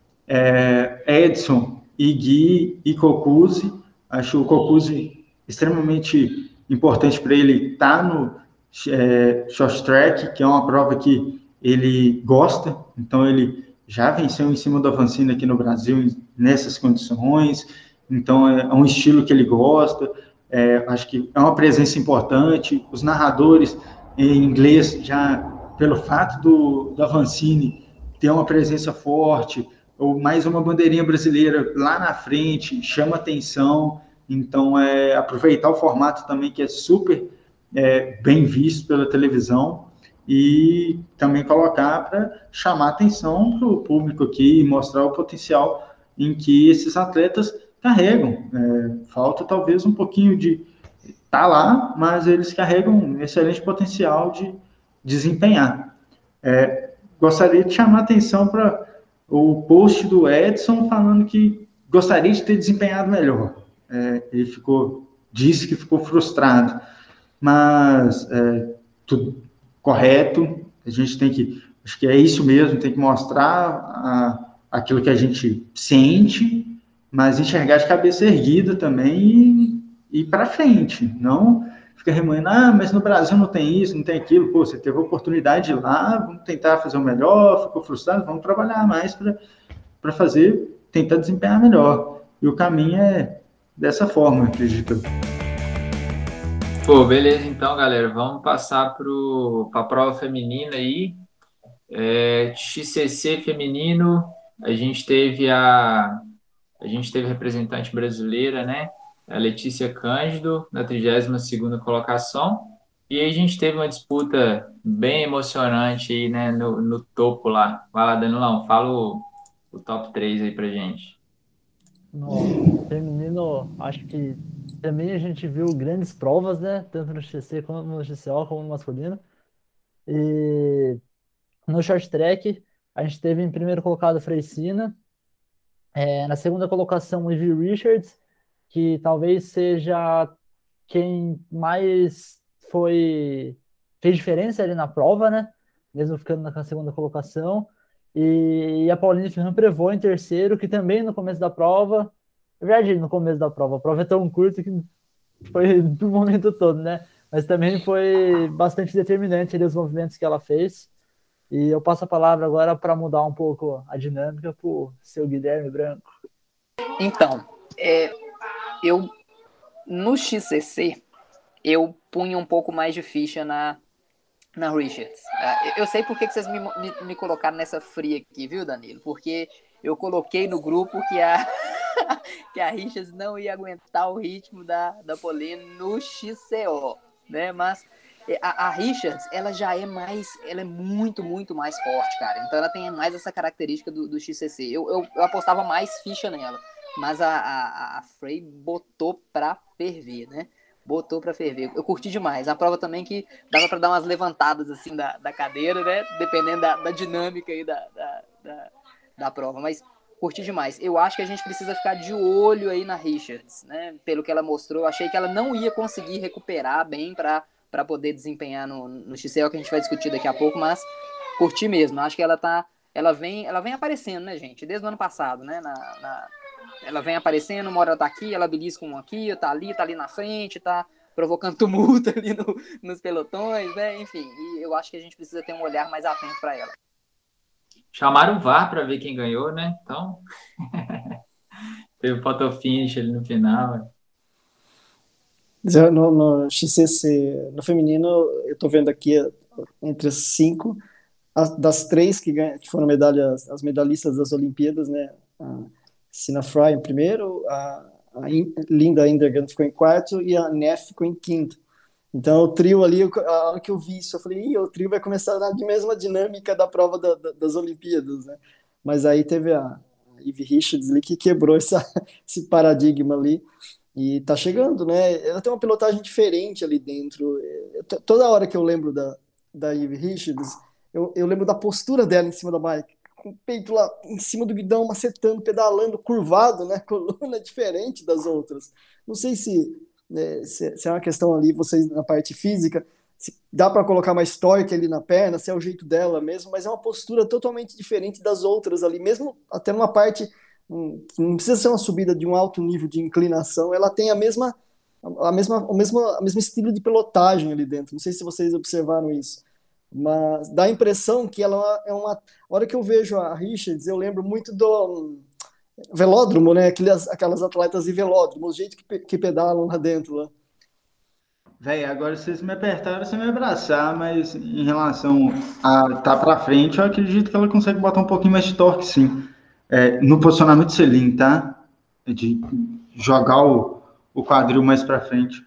É, Edson, e Gui e Cocuzzi, acho o Cocuzzi extremamente importante para ele estar tá no é, short track, que é uma prova que ele gosta, então ele já venceu em cima do Avancini aqui no Brasil nessas condições, então é um estilo que ele gosta. É, acho que é uma presença importante. Os narradores em inglês, já pelo fato do, do Avancini ter uma presença forte, ou mais uma bandeirinha brasileira lá na frente, chama atenção. Então, é, aproveitar o formato também, que é super é, bem visto pela televisão, e também colocar para chamar atenção para o público aqui e mostrar o potencial em que esses atletas carregam. É, falta talvez um pouquinho de estar tá lá, mas eles carregam um excelente potencial de desempenhar. É, gostaria de chamar atenção para o post do Edson falando que gostaria de ter desempenhado melhor. É, ele ficou, disse que ficou frustrado, mas é, tudo correto. A gente tem que, acho que é isso mesmo, tem que mostrar a, aquilo que a gente sente, mas enxergar de cabeça erguida também e ir para frente, não fica remoendo, ah, mas no Brasil não tem isso, não tem aquilo, pô, você teve a oportunidade de ir lá, vamos tentar fazer o melhor, ficou frustrado, vamos trabalhar mais para fazer, tentar desempenhar melhor. E o caminho é dessa forma, acredito. Pô, beleza então, galera, vamos passar para a prova feminina aí. É, X C C feminino, a gente teve a a gente teve representante brasileira, né? A Letícia Cândido, na trigésima segunda colocação. E aí a gente teve uma disputa bem emocionante aí, né? No, no topo lá. Vai lá, Danilão, fala o, o top três aí pra gente. No feminino, acho que também a gente viu grandes provas, né? Tanto no X C como no X C O, como no masculino. E no short track, a gente teve em primeiro colocado Freicina. É, na segunda colocação, o Ivy Richards, que talvez seja quem mais foi fez diferença ali na prova, né? Mesmo ficando na segunda colocação. E, e a Pauline Ferran Prevot em terceiro, que também no começo da prova, é verdade, no começo da prova, a prova é tão curta que foi do momento todo, né? Mas também foi bastante determinante ali os movimentos que ela fez. E eu passo a palavra agora para mudar um pouco a dinâmica para o seu Guilherme Branco. Então, é, eu no X C C eu punha um pouco mais de ficha na, na Richards. Eu sei por que vocês me, me, me colocaram nessa fria aqui, viu, Danilo? Porque eu coloquei no grupo que a, que a Richards não ia aguentar o ritmo da, da Pauline no X C O, né? Mas a, a Richards, ela já é mais, ela é muito, muito mais forte, cara. Então ela tem mais essa característica do, do X C C. Eu, eu, eu apostava mais ficha nela, mas a, a, a Frey botou pra ferver, né? botou pra ferver. Eu curti demais. A prova também que dava pra dar umas levantadas assim da, da cadeira, né? Dependendo da, da dinâmica aí da, da, da, da prova. Mas curti demais. Eu acho que a gente precisa ficar de olho aí na Richards, né? Pelo que ela mostrou, eu achei que ela não ia conseguir recuperar bem pra, pra poder desempenhar no, no X C O, que a gente vai discutir daqui a pouco, mas curti mesmo. Acho que ela tá. Ela vem, ela vem aparecendo, né, gente? Desde o ano passado, né? Na, na, ela vem aparecendo, uma hora ela tá aqui, ela belisca um aqui, tá ali, tá ali na frente, tá provocando tumulto ali no, nos pelotões, né? Enfim, e eu acho que a gente precisa ter um olhar mais atento para ela. Chamaram o V A R para ver quem ganhou, né? Então, teve o photo finish ali no final. No, no X C C, no feminino, eu tô vendo aqui entre as cinco, as, das três que, ganha, que foram medalhas, as medalhistas das Olimpíadas, né? A Sina Fry em primeiro, a, a Linda Indergan ficou em quarto e a Neff ficou em quinto. Então, o trio ali, a hora que eu vi isso, eu falei, Ih, o trio vai começar na mesma dinâmica da prova da, da, das Olimpíadas, né? Mas aí teve a, a Ivy Richards ali que quebrou essa, esse paradigma ali. E tá chegando, né? Ela tem uma pilotagem diferente ali dentro. Eu, toda hora que eu lembro da, da Ivy Richards, eu, eu lembro da postura dela em cima da bike, com o peito lá em cima do guidão, macetando, pedalando, curvado, né? Coluna diferente das outras. Não sei se, né, se, se é uma questão ali, vocês na parte física, se dá para colocar mais torque ali na perna, se é o jeito dela mesmo, mas é uma postura totalmente diferente das outras ali, mesmo até numa parte não precisa ser uma subida de um alto nível de inclinação, ela tem a mesma, a mesma, o mesmo, a mesmo estilo de pilotagem ali dentro. Não sei se vocês observaram isso, mas dá a impressão que ela é uma. A hora que eu vejo a Richards, eu lembro muito do velódromo, né? Aquelas, aquelas atletas de velódromo, o jeito que, que pedalam lá dentro. Lá. Véi, agora vocês me apertaram, você me abraçar, mas em relação a estar para frente, eu acredito que ela consegue botar um pouquinho mais de torque, sim. É, no posicionamento de selim, tá? De jogar o, o quadril mais para frente.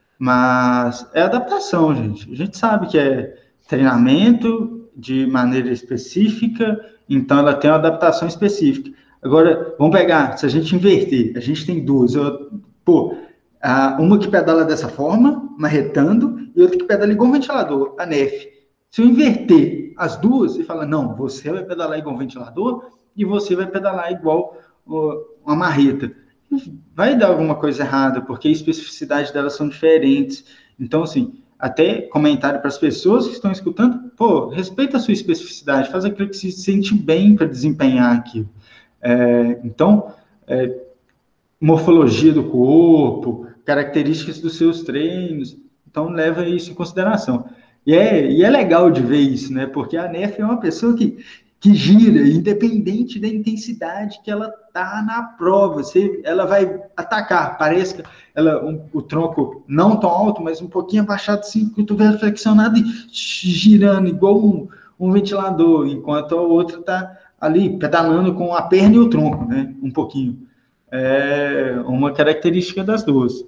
Mas é adaptação, gente. A gente sabe que é treinamento de maneira específica, então ela tem uma adaptação específica. Agora, vamos pegar, se a gente inverter, a gente tem duas. Eu, pô, uma que pedala dessa forma, marretando, e outra que pedala igual um ventilador, a Neff. Se eu inverter as duas e falar, não, você vai pedalar igual um ventilador, e você vai pedalar igual uh, uma marreta. Vai dar alguma coisa errada, porque a especificidade delas são diferentes. Então, assim, até comentário para as pessoas que estão escutando, pô, respeita a sua especificidade, faz aquilo que se sente bem para desempenhar aquilo. É, então, é, morfologia do corpo, características dos seus treinos, então leva isso em consideração. E é, e é legal de ver isso, né? Porque a Neff é uma pessoa que que gira, independente da intensidade que ela tá na prova. Você, ela vai atacar, parece que ela, um, o tronco não tão alto, mas um pouquinho abaixado, assim, cotovelo flexionado e girando, igual um, um ventilador, enquanto a outra tá ali pedalando com a perna e o tronco, né? Um pouquinho. É uma característica das duas.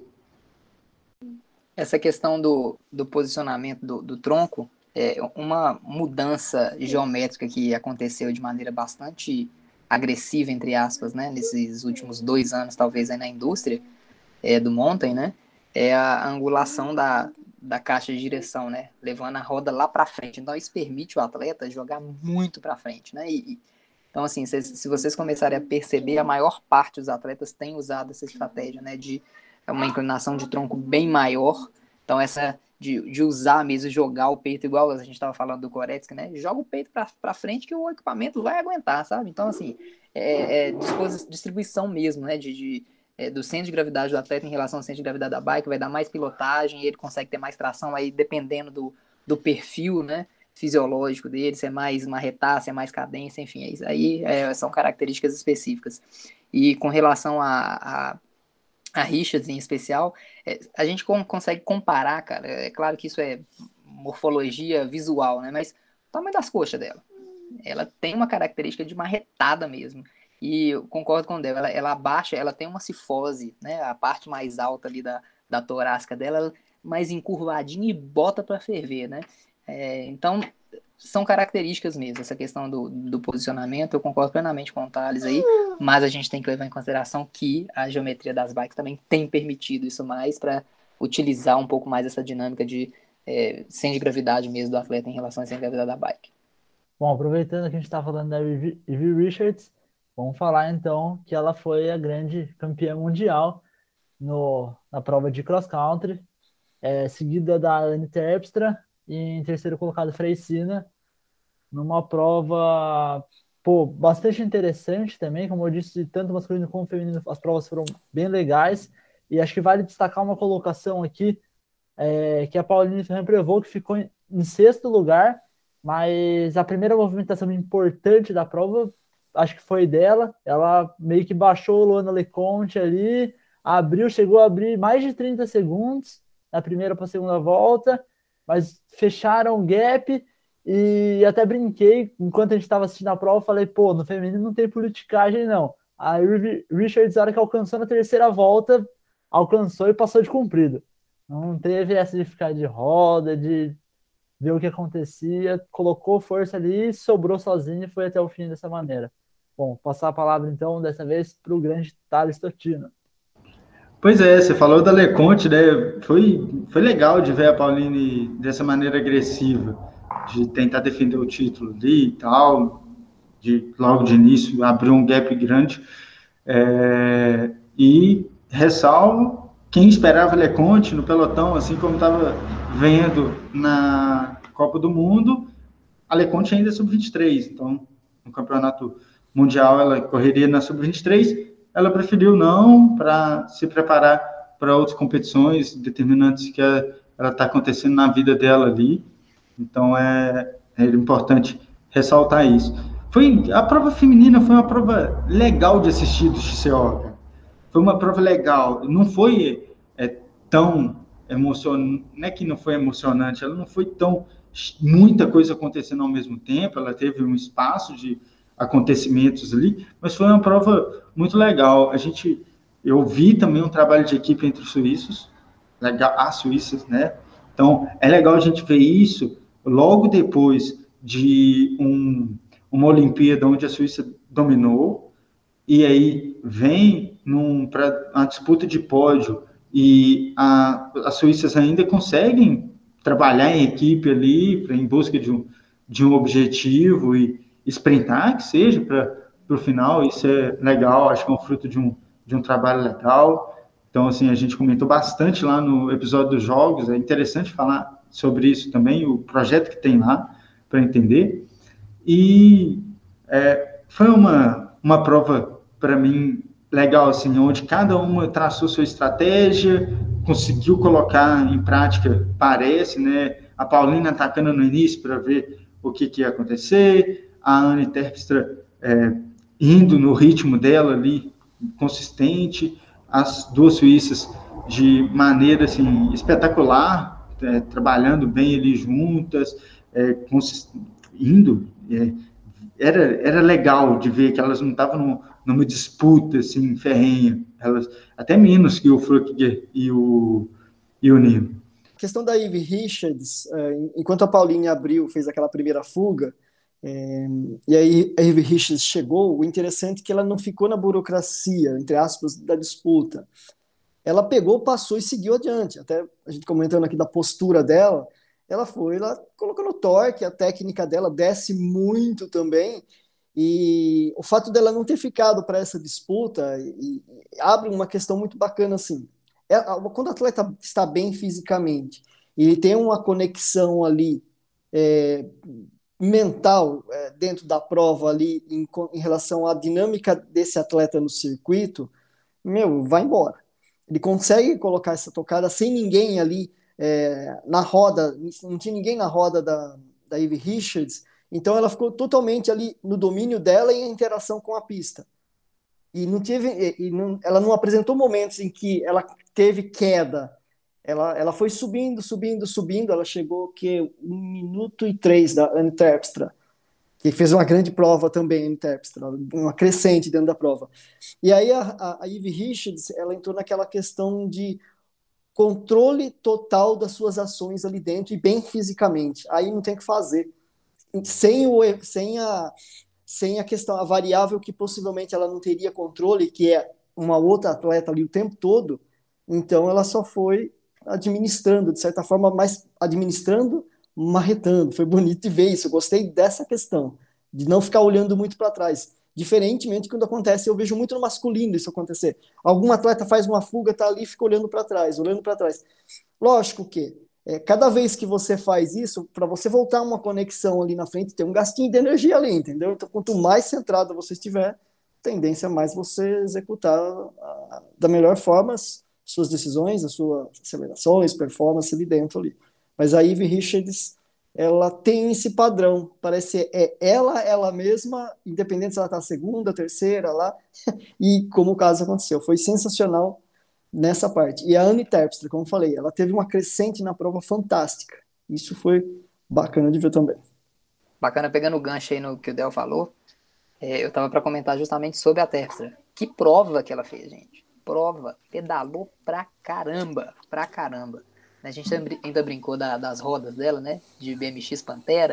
Essa questão do, do posicionamento do, do tronco, é uma mudança geométrica que aconteceu de maneira bastante agressiva, entre aspas, né, nesses últimos dois anos, talvez, aí na indústria é, do mountain, né, é a angulação da, da caixa de direção, né, levando a roda lá para frente. Então, isso permite o atleta jogar muito para frente, né, e, então, assim, se, se vocês começarem a perceber, a maior parte dos atletas tem usado essa estratégia, né, de uma inclinação de tronco bem maior. Então, essa de, de usar mesmo, jogar o peito, igual a gente estava falando do Koretsky, né? Joga o peito para frente que o equipamento vai aguentar, sabe? Então, assim, é, é distribuição mesmo, né? De, de, é, do centro de gravidade do atleta em relação ao centro de gravidade da bike, vai dar mais pilotagem, e ele consegue ter mais tração aí, dependendo do, do perfil, né? Fisiológico dele, se é mais marretar, se é mais cadência, enfim, é isso aí é, são características específicas. E com relação a, a a Richards em especial, é, a gente com, consegue comparar, cara, é claro que isso é morfologia visual, né, mas o tamanho das coxas dela, ela tem uma característica de marretada mesmo, e eu concordo com o Del, ela, ela abaixa, ela tem uma cifose, né, a parte mais alta ali da, da torácica dela, mais encurvadinha e bota para ferver, né, é, então são características mesmo, essa questão do, do posicionamento, eu concordo plenamente com o Thales aí, mas a gente tem que levar em consideração que a geometria das bikes também tem permitido isso mais para utilizar um pouco mais essa dinâmica de é, sem de gravidade mesmo do atleta em relação à sem gravidade da bike. Bom, aproveitando que a gente está falando da Ivy Ivy Richards, vamos falar então que ela foi a grande campeã mundial no, na prova de cross country, é, seguida da Anne Terpstra e em terceiro colocado Freicina, numa prova pô, bastante interessante também, como eu disse, tanto masculino como feminino, as provas foram bem legais, e acho que vale destacar uma colocação aqui, é, que a Pauline Ferrand-Prévot, que ficou em, em sexto lugar, mas a primeira movimentação importante da prova, acho que foi dela, ela meio que baixou o Luana Leconte ali, abriu, chegou a abrir mais de trinta segundos, da primeira para a segunda volta, mas fecharam o gap, e até brinquei, enquanto a gente estava assistindo a prova, falei, pô, no feminino não tem politicagem não. A Ivy Richards, na hora que alcançou na terceira volta, alcançou e passou de comprido. Não teve essa de ficar de roda, de ver o que acontecia, colocou força ali, sobrou sozinho e foi até o fim dessa maneira. Bom, passar a palavra então, dessa vez, para o grande Thales Totino. Pois é, você falou da Leconte, né? Foi, foi legal de ver a Pauline dessa maneira agressiva, de tentar defender o título ali e tal, de logo de início abrir um gap grande. É, e ressalvo quem esperava Leconte no pelotão, assim como estava vendo na Copa do Mundo, a Leconte ainda é sub vinte e três, então no campeonato mundial ela correria na sub vinte e três, ela preferiu não, para se preparar para outras competições determinantes que ela está acontecendo na vida dela ali, então é, é importante ressaltar isso. Foi, a prova feminina foi uma prova legal de assistir do X C O, cara. Foi uma prova legal, não foi é, tão emocionante, não é que não foi emocionante, ela não foi tão, muita coisa acontecendo ao mesmo tempo, ela teve um espaço de acontecimentos ali, mas foi uma prova muito legal. A gente, eu vi também um trabalho de equipe entre os suíços, legal, as suíças, né? Então, é legal a gente ver isso logo depois de um, uma Olimpíada onde a Suíça dominou, e aí vem para uma disputa de pódio, e a, as suíças ainda conseguem trabalhar em equipe ali, pra, em busca de um, de um objetivo, e sprintar, que seja, para o final. Isso é legal, acho que é um fruto de um, de um trabalho legal. Então, assim, a gente comentou bastante lá no episódio dos jogos, é interessante falar sobre isso também, o projeto que tem lá, para entender. E é, foi uma, uma prova, para mim, legal, assim, onde cada uma traçou sua estratégia, conseguiu colocar em prática, parece, né? A Paulina atacando no início para ver o que, que ia acontecer, a Anne Terpstra é, indo no ritmo dela ali, consistente, as duas suíças de maneira, assim, espetacular, é, trabalhando bem ali juntas, é, indo, é, era, era legal de ver que elas não estavam numa disputa, assim, ferrenha, elas, até menos que o Flückiger e o, e o Nino. A questão da Ivy Richards, enquanto a Pauline abriu, fez aquela primeira fuga, é, e aí a Ivy Richards chegou, o interessante é que ela não ficou na burocracia, entre aspas, da disputa. Ela pegou, passou e seguiu adiante. Até a gente comentando aqui da postura dela, ela foi lá colocando torque, a técnica dela desce muito também, e o fato dela não ter ficado para essa disputa e, e abre uma questão muito bacana assim. É, quando o atleta está bem fisicamente e ele tem uma conexão ali é, mental é, dentro da prova ali em, em relação à dinâmica desse atleta no circuito, meu, vai embora. Ele consegue colocar essa tocada sem ninguém ali é, na roda, não tinha ninguém na roda da, da Ivy Richards, então ela ficou totalmente ali no domínio dela e a interação com a pista. E não teve, e não, ela não apresentou momentos em que ela teve queda. Ela, ela foi subindo, subindo, subindo. Ela chegou que um minuto e três da Anne Terpstra, que fez uma grande prova também, Anne Terpstra, uma crescente dentro da prova. E aí a, a, a Ivy Richards, ela entrou naquela questão de controle total das suas ações ali dentro e bem fisicamente. Aí não tem o que fazer. Sem, o, sem, a, sem a questão, a variável que possivelmente ela não teria controle, que é uma outra atleta ali o tempo todo, então ela só foi administrando, de certa forma, mais administrando, marretando. Foi bonito de ver isso. Eu gostei dessa questão, de não ficar olhando muito para trás. Diferentemente, quando acontece, eu vejo muito no masculino isso acontecer. Algum atleta faz uma fuga, tá ali e fica olhando para trás, olhando para trás. Lógico que é, cada vez que você faz isso, para você voltar uma conexão ali na frente, tem um gastinho de energia ali, entendeu? Então, quanto mais centrado você estiver, tendência mais você executar a, da melhor forma as suas decisões, as suas acelerações, performance ali dentro ali. Mas a Ivy Richards, ela tem esse padrão, parece é ela, ela mesma, independente se ela está segunda, terceira lá, e como o caso aconteceu, foi sensacional nessa parte. E a Anne Terpstra, como eu falei, ela teve uma crescente na prova fantástica, isso foi bacana de ver também. Bacana, pegando o gancho aí no que o Del falou, é, eu tava para comentar justamente sobre a Terpstra. Que prova que ela fez, gente. Prova, pedalou pra caramba, pra caramba. A gente ainda brincou da, das rodas dela, né? De B M X Pantera.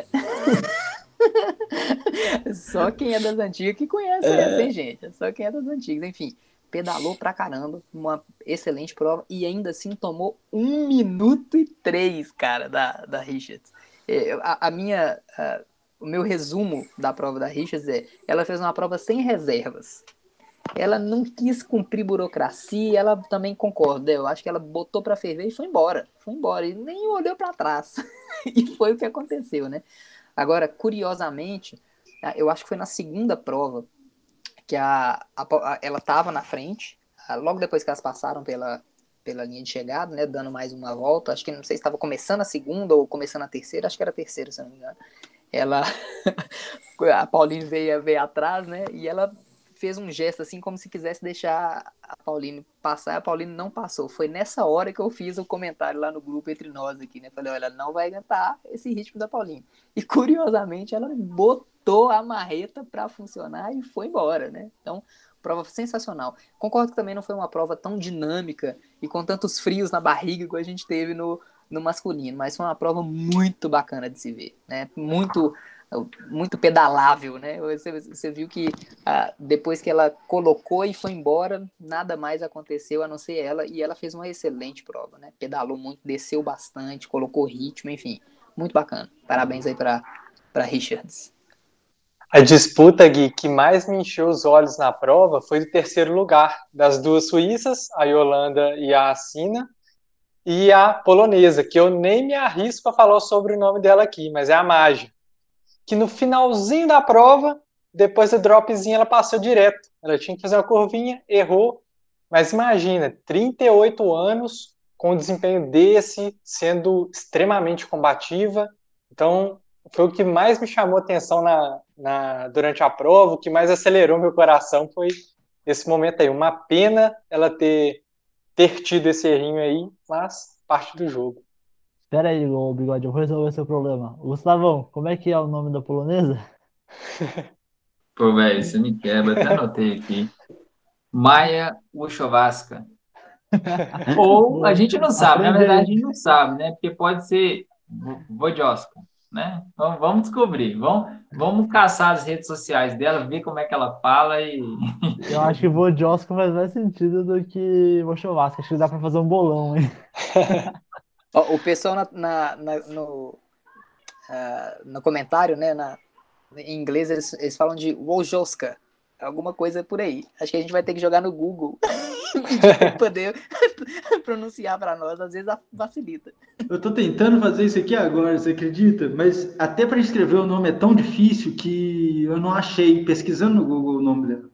Só quem é das antigas que conhece é. essa, hein, gente? Só quem é das antigas. Enfim, pedalou pra caramba. Uma excelente prova. E ainda assim tomou um minuto e três, cara, da, da Richards. A, a minha... A, o meu resumo da prova da Richards é: ela fez uma prova sem reservas. Ela não quis cumprir burocracia, ela também concorda. Eu acho que ela botou pra ferver e foi embora. Foi embora e nem olhou pra trás. E foi o que aconteceu, né? Agora, curiosamente, eu acho que foi na segunda prova que a, a, ela tava na frente, logo depois que elas passaram pela, pela linha de chegada, né? Dando mais uma volta. Acho que não sei se estava começando a segunda ou começando a terceira. Acho que era a terceira, se não me engano. Ela, a Pauline veio, veio atrás, né? E ela fez um gesto assim como se quisesse deixar a Pauline passar, e a Pauline não passou. Foi nessa hora que eu fiz o comentário lá no grupo entre nós aqui, né? Falei, olha, não vai aguentar esse ritmo da Pauline. E curiosamente ela botou a marreta para funcionar e foi embora, né? Então, prova sensacional. Concordo que também não foi uma prova tão dinâmica e com tantos frios na barriga que a gente teve no, no masculino, mas foi uma prova muito bacana de se ver, né? Muito... muito pedalável, né? Você, você viu que ah, depois que ela colocou e foi embora, nada mais aconteceu a não ser ela, e ela fez uma excelente prova, né? Pedalou muito, desceu bastante, colocou ritmo, enfim, muito bacana. Parabéns aí para para Richards. A disputa, Gui, que mais me encheu os olhos na prova foi do terceiro lugar, das duas suíças, a Yolanda e a Assina, e a polonesa, que eu nem me arrisco a falar o sobrenome dela aqui, mas é a Maja, que no finalzinho da prova, depois do dropzinho, ela passou direto. Ela tinha que fazer uma curvinha, errou. Mas imagina, trinta e oito anos, com um desempenho desse, sendo extremamente combativa. Então, foi o que mais me chamou a atenção na, na, durante a prova, o que mais acelerou meu coração foi esse momento aí. Uma pena ela ter, ter tido esse errinho aí, mas parte do jogo. Pera aí, ô Bigode, eu vou resolver seu problema. Gustavão, como é que é o nome da polonesa? Pô, velho, você me quebra, até anotei aqui. Maja Włoszowska. Ou a gente não sabe, na verdade a gente não sabe, né? Porque pode ser Włoszowska, né? Então, vamos descobrir, vamos, vamos caçar as redes sociais dela, ver como é que ela fala e... Eu acho que Włoszowska faz mais sentido do que Włoszowska. Acho que dá pra fazer um bolão, hein? O pessoal na, na, na, no, uh, no comentário, né, na, em inglês, eles, eles falam de Włoszowska, alguma coisa por aí. Acho que a gente vai ter que jogar no Google para poder pronunciar para nós, às vezes facilita. Eu tô tentando fazer isso aqui agora, você acredita? Mas até para escrever o nome é tão difícil que eu não achei, pesquisando no Google, o nome dela.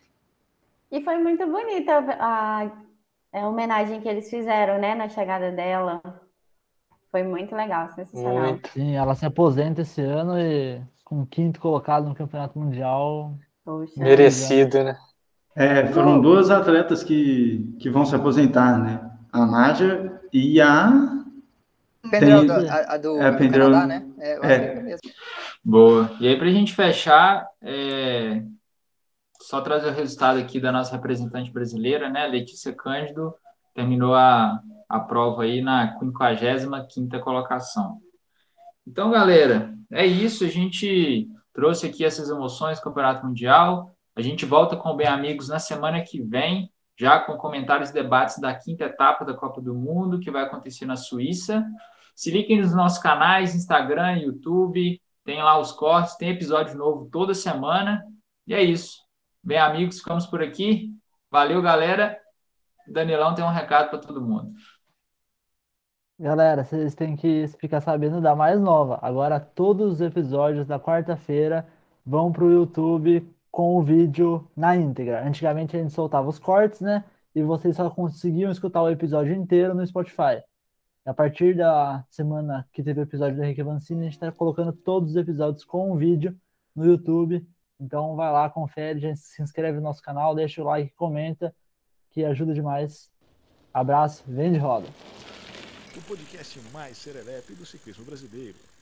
E foi muito bonita a, a homenagem que eles fizeram, né, na chegada dela. Foi muito legal, sensacional. Muito. Sim, ela se aposenta esse ano e com o quinto colocado no Campeonato Mundial. Poxa. Merecido, né? É, foram duas atletas que, que vão se aposentar, né? A Maja e a... Pendrell, Tem- a, a do, é, do Pendrell- Canadá, né? É, eu acho é. que é mesmo. Boa. E aí, para a gente fechar, é, só trazer o resultado aqui da nossa representante brasileira, né? Letícia Cândido, terminou a, a prova aí na quinquagésima quinta colocação. Então, galera, é isso. A gente trouxe aqui essas emoções do Campeonato Mundial. A gente volta com o Bem Amigos na semana que vem. já com comentários e debates da quinta etapa da Copa do Mundo, que vai acontecer na Suíça. Se liguem nos nossos canais, Instagram, YouTube, tem lá os cortes, tem episódio novo toda semana. E é isso. Bem, amigos, ficamos por aqui. Valeu, galera. Danilão tem um recado para todo mundo. Galera, vocês têm que ficar sabendo da mais nova. Agora todos os episódios da quarta-feira vão pro YouTube com o vídeo na íntegra. Antigamente a gente soltava os cortes, né? E vocês só conseguiam escutar o episódio inteiro no Spotify. A partir da semana que teve o episódio do Henrique Vancini, a gente está colocando todos os episódios com o vídeo no YouTube. Então vai lá, confere, gente, se inscreve no nosso canal, deixa o like, comenta, que ajuda demais. Abraço, vem de roda. O podcast mais serelepe do ciclismo brasileiro.